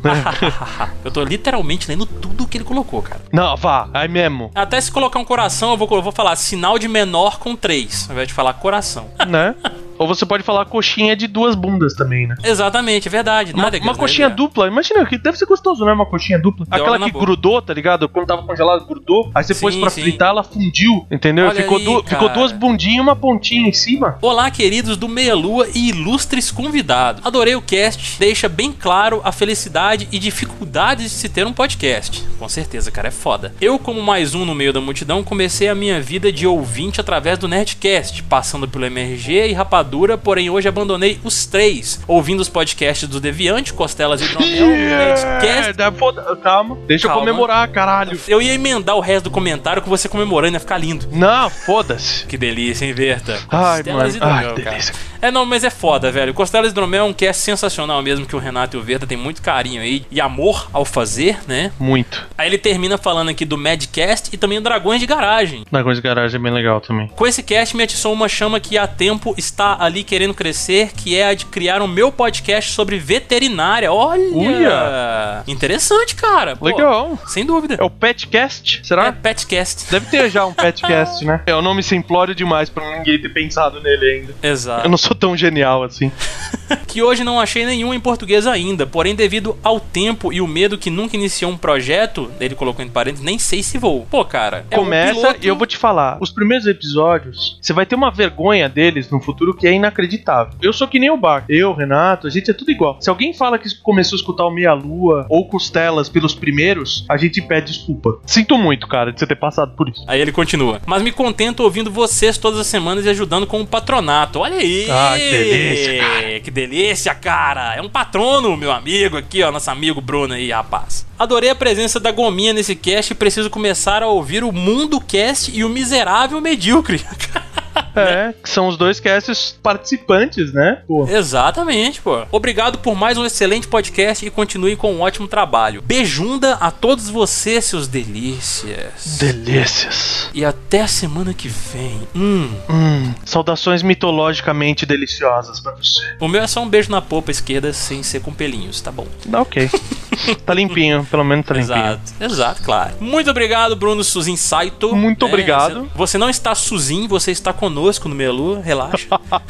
Eu tô literalmente lendo tudo que ele colocou, cara. Não, vá, aí mesmo. Até se colocar um coração, eu vou, eu vou falar sinal de menor com três, ao invés de falar coração. Né? Ou você pode falar coxinha de duas bundas também, né? Exatamente, é verdade. Uma, Nada uma coxinha dupla, imagina, que deve ser gostoso, né? Uma coxinha dupla. Joga Aquela na que boca. grudou, tá ligado? Quando tava congelado, grudou. Aí você Sim, pôs pra sim. fritar, ela fundiu, entendeu? Olha Ficou, aí, du- ficou cara. duas bundinhas e uma pontinha em cima. Olá, queridos do Meia Lua e ilustres convidados. Adorei o cast, deixa bem claro a felicidade e dificuldades de se ter um podcast. Com certeza, cara, é foda. Eu, como mais um no meio da multidão, comecei a minha vida de ouvinte através do Nerdcast, passando pelo M R G e Rapadura, porém hoje abandonei os três, ouvindo os podcasts do Deviante, Costelas e Hidromel, Nerdcast... dá foda- Calma, deixa Calma. eu comemorar, caralho. Eu ia emendar o resto do comentário com você comemorando, ia ficar lindo. Não, foda-se. Que delícia, hein, Verta? Ai, Costelas mano. e Ai, Hidromel, cara. delícia. É, não, mas é foda, velho. Costelas e Hidromel é um cast sensacional mesmo, que o Renato e o Verta tem muito carinho aí e amor ao fazer, né? Muito. Aí ele termina falando aqui do Madcast e também do Dragões de Garagem. Dragões de Garagem é bem legal também. Com esse cast me atiçou uma chama que há tempo está ali querendo crescer, que é a de criar o meu podcast sobre veterinária. Olha! Uia! Interessante, cara. Pô, Legal. sem dúvida. É o Petcast, será? É Petcast. Deve ter já um Petcast, né? É um nome simplório demais pra ninguém ter pensado nele ainda. Exato. Eu não sou tão genial assim. Que hoje não achei nenhum em português ainda, porém devido ao tempo e o medo que nunca iniciou um projeto, ele colocou entre parênteses, nem sei se vou. Pô, cara, é um Começa piloto- e eu vou te falar, os primeiros episódios, você vai ter uma vergonha deles no futuro que é inacreditável. Eu sou que nem o Bar, eu, Renato, a gente é tudo igual. Se alguém fala que começou a escutar o Meia Lua ou Costelas pelos primeiros, a gente pede desculpa. Sinto muito, cara, de você ter passado por isso. Aí ele continua. Mas me contento ouvindo vocês todas as semanas e ajudando com o patronato. Olha aí! Ah, que delícia, cara. Que delícia, cara! É um patrono, meu amigo aqui, ó, nosso amigo Bruno aí, rapaz. Adorei a presença da Gominha nesse cast e preciso começar a ouvir o Mundo Cast e o Miserável Medíocre. É, que são os dois casts participantes, né? Pô. Exatamente, pô. Obrigado por mais um excelente podcast e continue com um ótimo trabalho. Beijunda a todos vocês, seus delícias. Delícias. E até a semana que vem. Hum. Hum, saudações mitologicamente deliciosas pra você. O meu é só um beijo na polpa esquerda sem ser com pelinhos, tá bom? Ok. Tá limpinho, pelo menos tá limpinho. Exato, exato, claro. Muito obrigado, Bruno Suzin Saito. Muito É, obrigado. Você, você não está Suzin, você está conosco no Meia Lua, relaxa.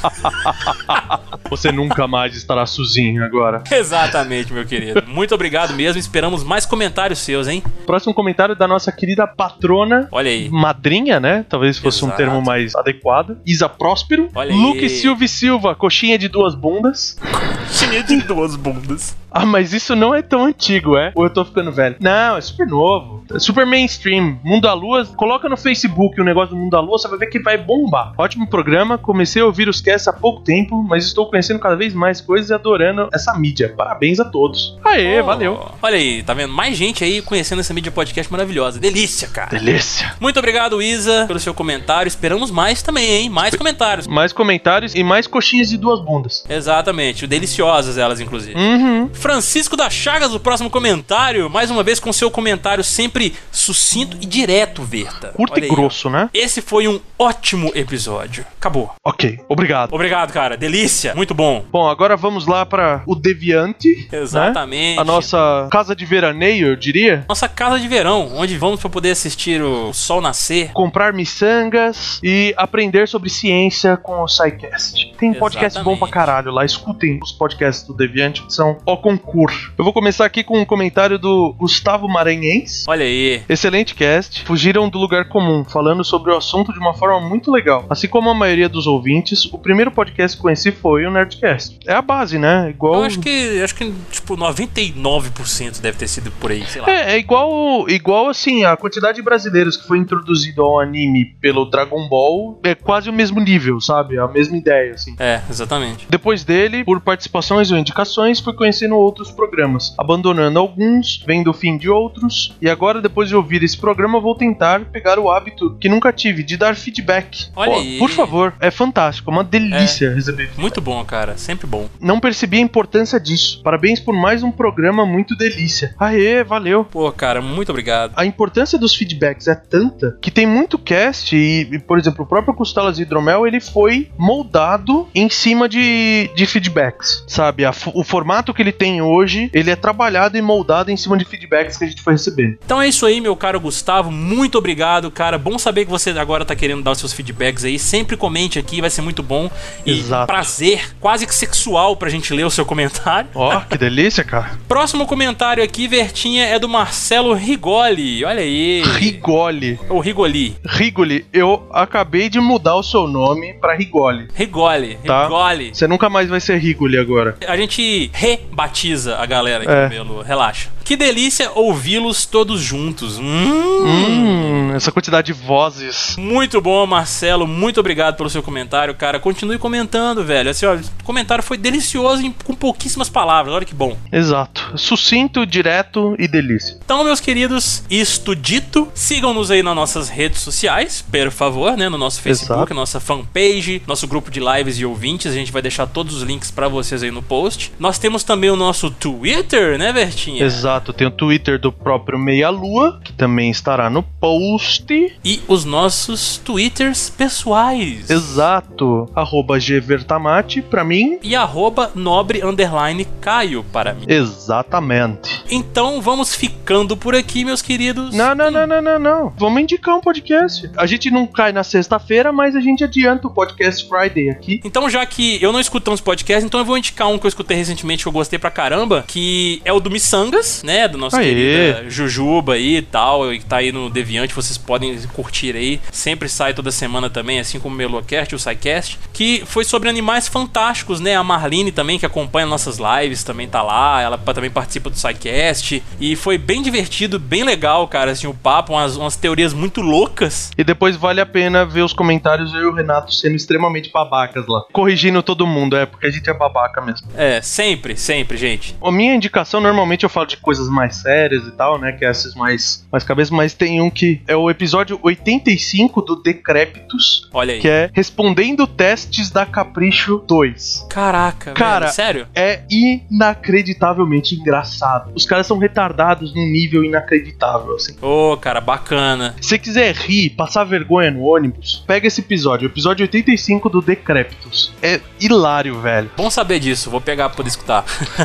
Você nunca mais estará sozinho agora. Exatamente, meu querido. Muito obrigado mesmo, esperamos mais comentários seus, hein? Próximo comentário da nossa querida patrona, Olha aí. madrinha, né? Talvez fosse Exato. um termo mais adequado. Isa Próspero. Olha aí. Luke Silva e Silva, coxinha de duas bundas. Tinha de duas bundas. Ah, mas isso não é tão antigo, é? Ou eu tô ficando velho? Não, é super novo. É super mainstream. Mundo da Lua, coloca no Facebook o negócio do Mundo da Lua, você vai ver que vai bombar. Ótimo programa, comecei a ouvir os casts há pouco tempo, mas estou conhecendo cada vez mais coisas e adorando essa mídia. Parabéns a todos. Aê, Oh, valeu. Olha aí, tá vendo? Mais gente aí conhecendo essa mídia podcast maravilhosa. Delícia, cara. Delícia. Muito obrigado, Isa, pelo seu comentário. Esperamos mais também, hein? Mais comentários. Mais comentários e mais coxinhas de duas bundas. Exatamente, deliciosas elas, inclusive. Uhum. Francisco da Chagas, o próximo comentário, mais uma vez com seu comentário sempre sucinto e direto, Verta. Curto Olha e aí, grosso, ó. né? Esse foi um ótimo episódio. Acabou. Ok, obrigado. Obrigado, cara. Delícia. Muito bom. Bom, agora vamos lá para o Deviante. Exatamente. Né? A nossa casa de veraneio, eu diria. Nossa casa de verão, onde vamos para poder assistir o sol nascer. Comprar miçangas e aprender sobre ciência com o SciCast. Tem podcast Exatamente. bom pra caralho lá. Escutem os podcasts do Deviante, que são o concurso. Eu vou começar aqui com um comentário do Gustavo Maranhense. Olha aí. Excelente cast. Fugiram do lugar comum, falando sobre o assunto de uma forma muito legal. Assim como a maioria dos ouvintes, o primeiro podcast que conheci foi o Nerdcast. É a base, né? Igual... Eu acho que, acho que tipo, noventa e nove por cento deve ter sido por aí, sei lá. É, é igual, igual assim, a quantidade de brasileiros que foi introduzido ao anime pelo Dragon Ball é quase o mesmo nível, sabe? A mesma ideia, assim. É, exatamente. Depois dele, por participações ou indicações, fui conhecendo outros programas, abandonando alguns, vendo o fim de outros, e agora, depois de ouvir esse programa, vou tentar pegar o hábito que nunca tive, de dar feedback. Olha Pô, aí. por favor, é fantástico, é uma delícia receber feedback. Muito bom, cara. Sempre bom. Não percebi a importância disso. Parabéns por mais um programa muito delícia. Aê, valeu. Pô, cara, muito obrigado. A importância dos feedbacks é tanta que tem muito cast e, e, por exemplo, o próprio Costelas e Hidromel, ele foi moldado em cima de, de feedbacks, sabe? A, o formato que ele tem hoje, ele é trabalhado e moldado em cima de feedbacks que a gente foi recebendo. Então é isso aí, meu caro Gustavo. Muito obrigado, cara. Bom saber que você agora tá querendo dar os seus feedbacks aí. Sempre comente aqui, vai ser muito bom. E Exato. prazer quase que sexual pra gente ler o seu comentário. Ó, oh, que delícia, cara. Próximo comentário aqui, Vertinha, é do Marcelo Rigoli. Olha aí. Rigoli. Ou Rigoli. Rigoli, eu acabei de mudar o seu nome pra Rigoli. Rigoli. Tá? Rigoli. Você nunca mais vai ser Rigoli agora. A gente rebatiza a galera aqui É. no Melo. Relaxa. Que delícia ouvi-los todos juntos. Hum. Hum, essa quantidade de vozes. Muito bom, Marcelo. Muito obrigado pelo seu comentário, cara. Continue comentando, velho. Assim, ó, o comentário foi delicioso em, com pouquíssimas palavras. Olha que bom. Exato. Sucinto, direto e delícia. Então, meus queridos, isto dito, sigam-nos aí nas nossas redes sociais, por favor, né? No nosso Facebook, Exato. nossa fanpage, nosso grupo de lives e ouvintes. A gente vai deixar todos os links pra vocês aí no post. Nós temos também o nosso Twitter, né, Vertinha? Exato. Tem o Twitter do próprio Meia Lua, que também estará no post. E os nossos Twitters pessoais. Exato. Arroba Gvertamati pra mim. E arroba nobre underline Caio para mim. Exatamente. Então vamos ficando por aqui, meus queridos. Não, não, não, não, não, não. Vamos indicar um podcast. A gente não cai na sexta-feira, mas a gente adianta o Podcast Friday aqui. Então, já que eu não escuto tantos podcasts, então eu vou indicar um que eu escutei recentemente que eu gostei pra caramba, que é o do Missangas, né? Do nosso Aê. querido Jujuba aí e tal, e que tá aí no Deviante, vocês podem curtir aí. Sempre sai toda semana também, assim como o Melocast e o SciCast, que foi sobre animais fantásticos, né? A Marlene também, que acompanha nossas lives, também tá lá, ela também participa do SciCast, e foi bem divertido, bem legal, cara, assim, o papo, umas, umas teorias muito loucas. E depois vale a pena ver os comentários eu e o Renato sendo extremamente babacas lá. Corrigindo todo mundo, é, porque a gente é babaca mesmo. É, sempre, sempre, gente. A minha indicação, normalmente eu falo de coisas mais sérias e tal, né, que é essas mais, mais cabeça, mas tem um que é o episódio oitenta e cinco do Decrépitos, Olha aí. que é Respondendo Testes da Capricho dois. Caraca, Cara, velho, sério? É inacreditavelmente engraçado. Os caras são retardados num nível inacreditável, assim. Ô, cara, bacana. Se você quiser rir, passar vergonha no ônibus, pega esse episódio, o episódio oitenta e cinco do Decrépitos. É hilário, velho. Bom saber disso, vou pegar pra poder escutar.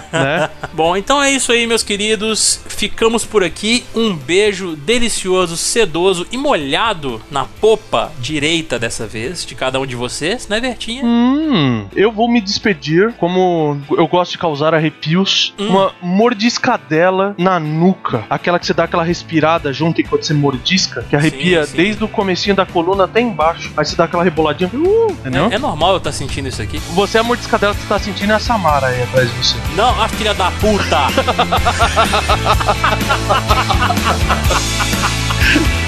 né? Bom, então é isso aí, meus queridos. Ficamos por aqui. Um beijo delicioso, sedoso e molhado na popa direita dessa vez, de cada um de vocês, né, Vertinha? Hum, eu vou me despedir, como eu gosto de causar arrepios, Hum. uma mordiscadela na nuca. Aquela que você dá aquela respirada junto enquanto você mordisca, que arrepia Sim, sim. desde o comecinho da coluna até embaixo. Aí você dá aquela reboladinha, uh, entendeu? É, é normal eu estar sentindo isso aqui? Você é a mordiscadela que você tá sentindo é a Samara aí atrás de você. Não, a filha da puta!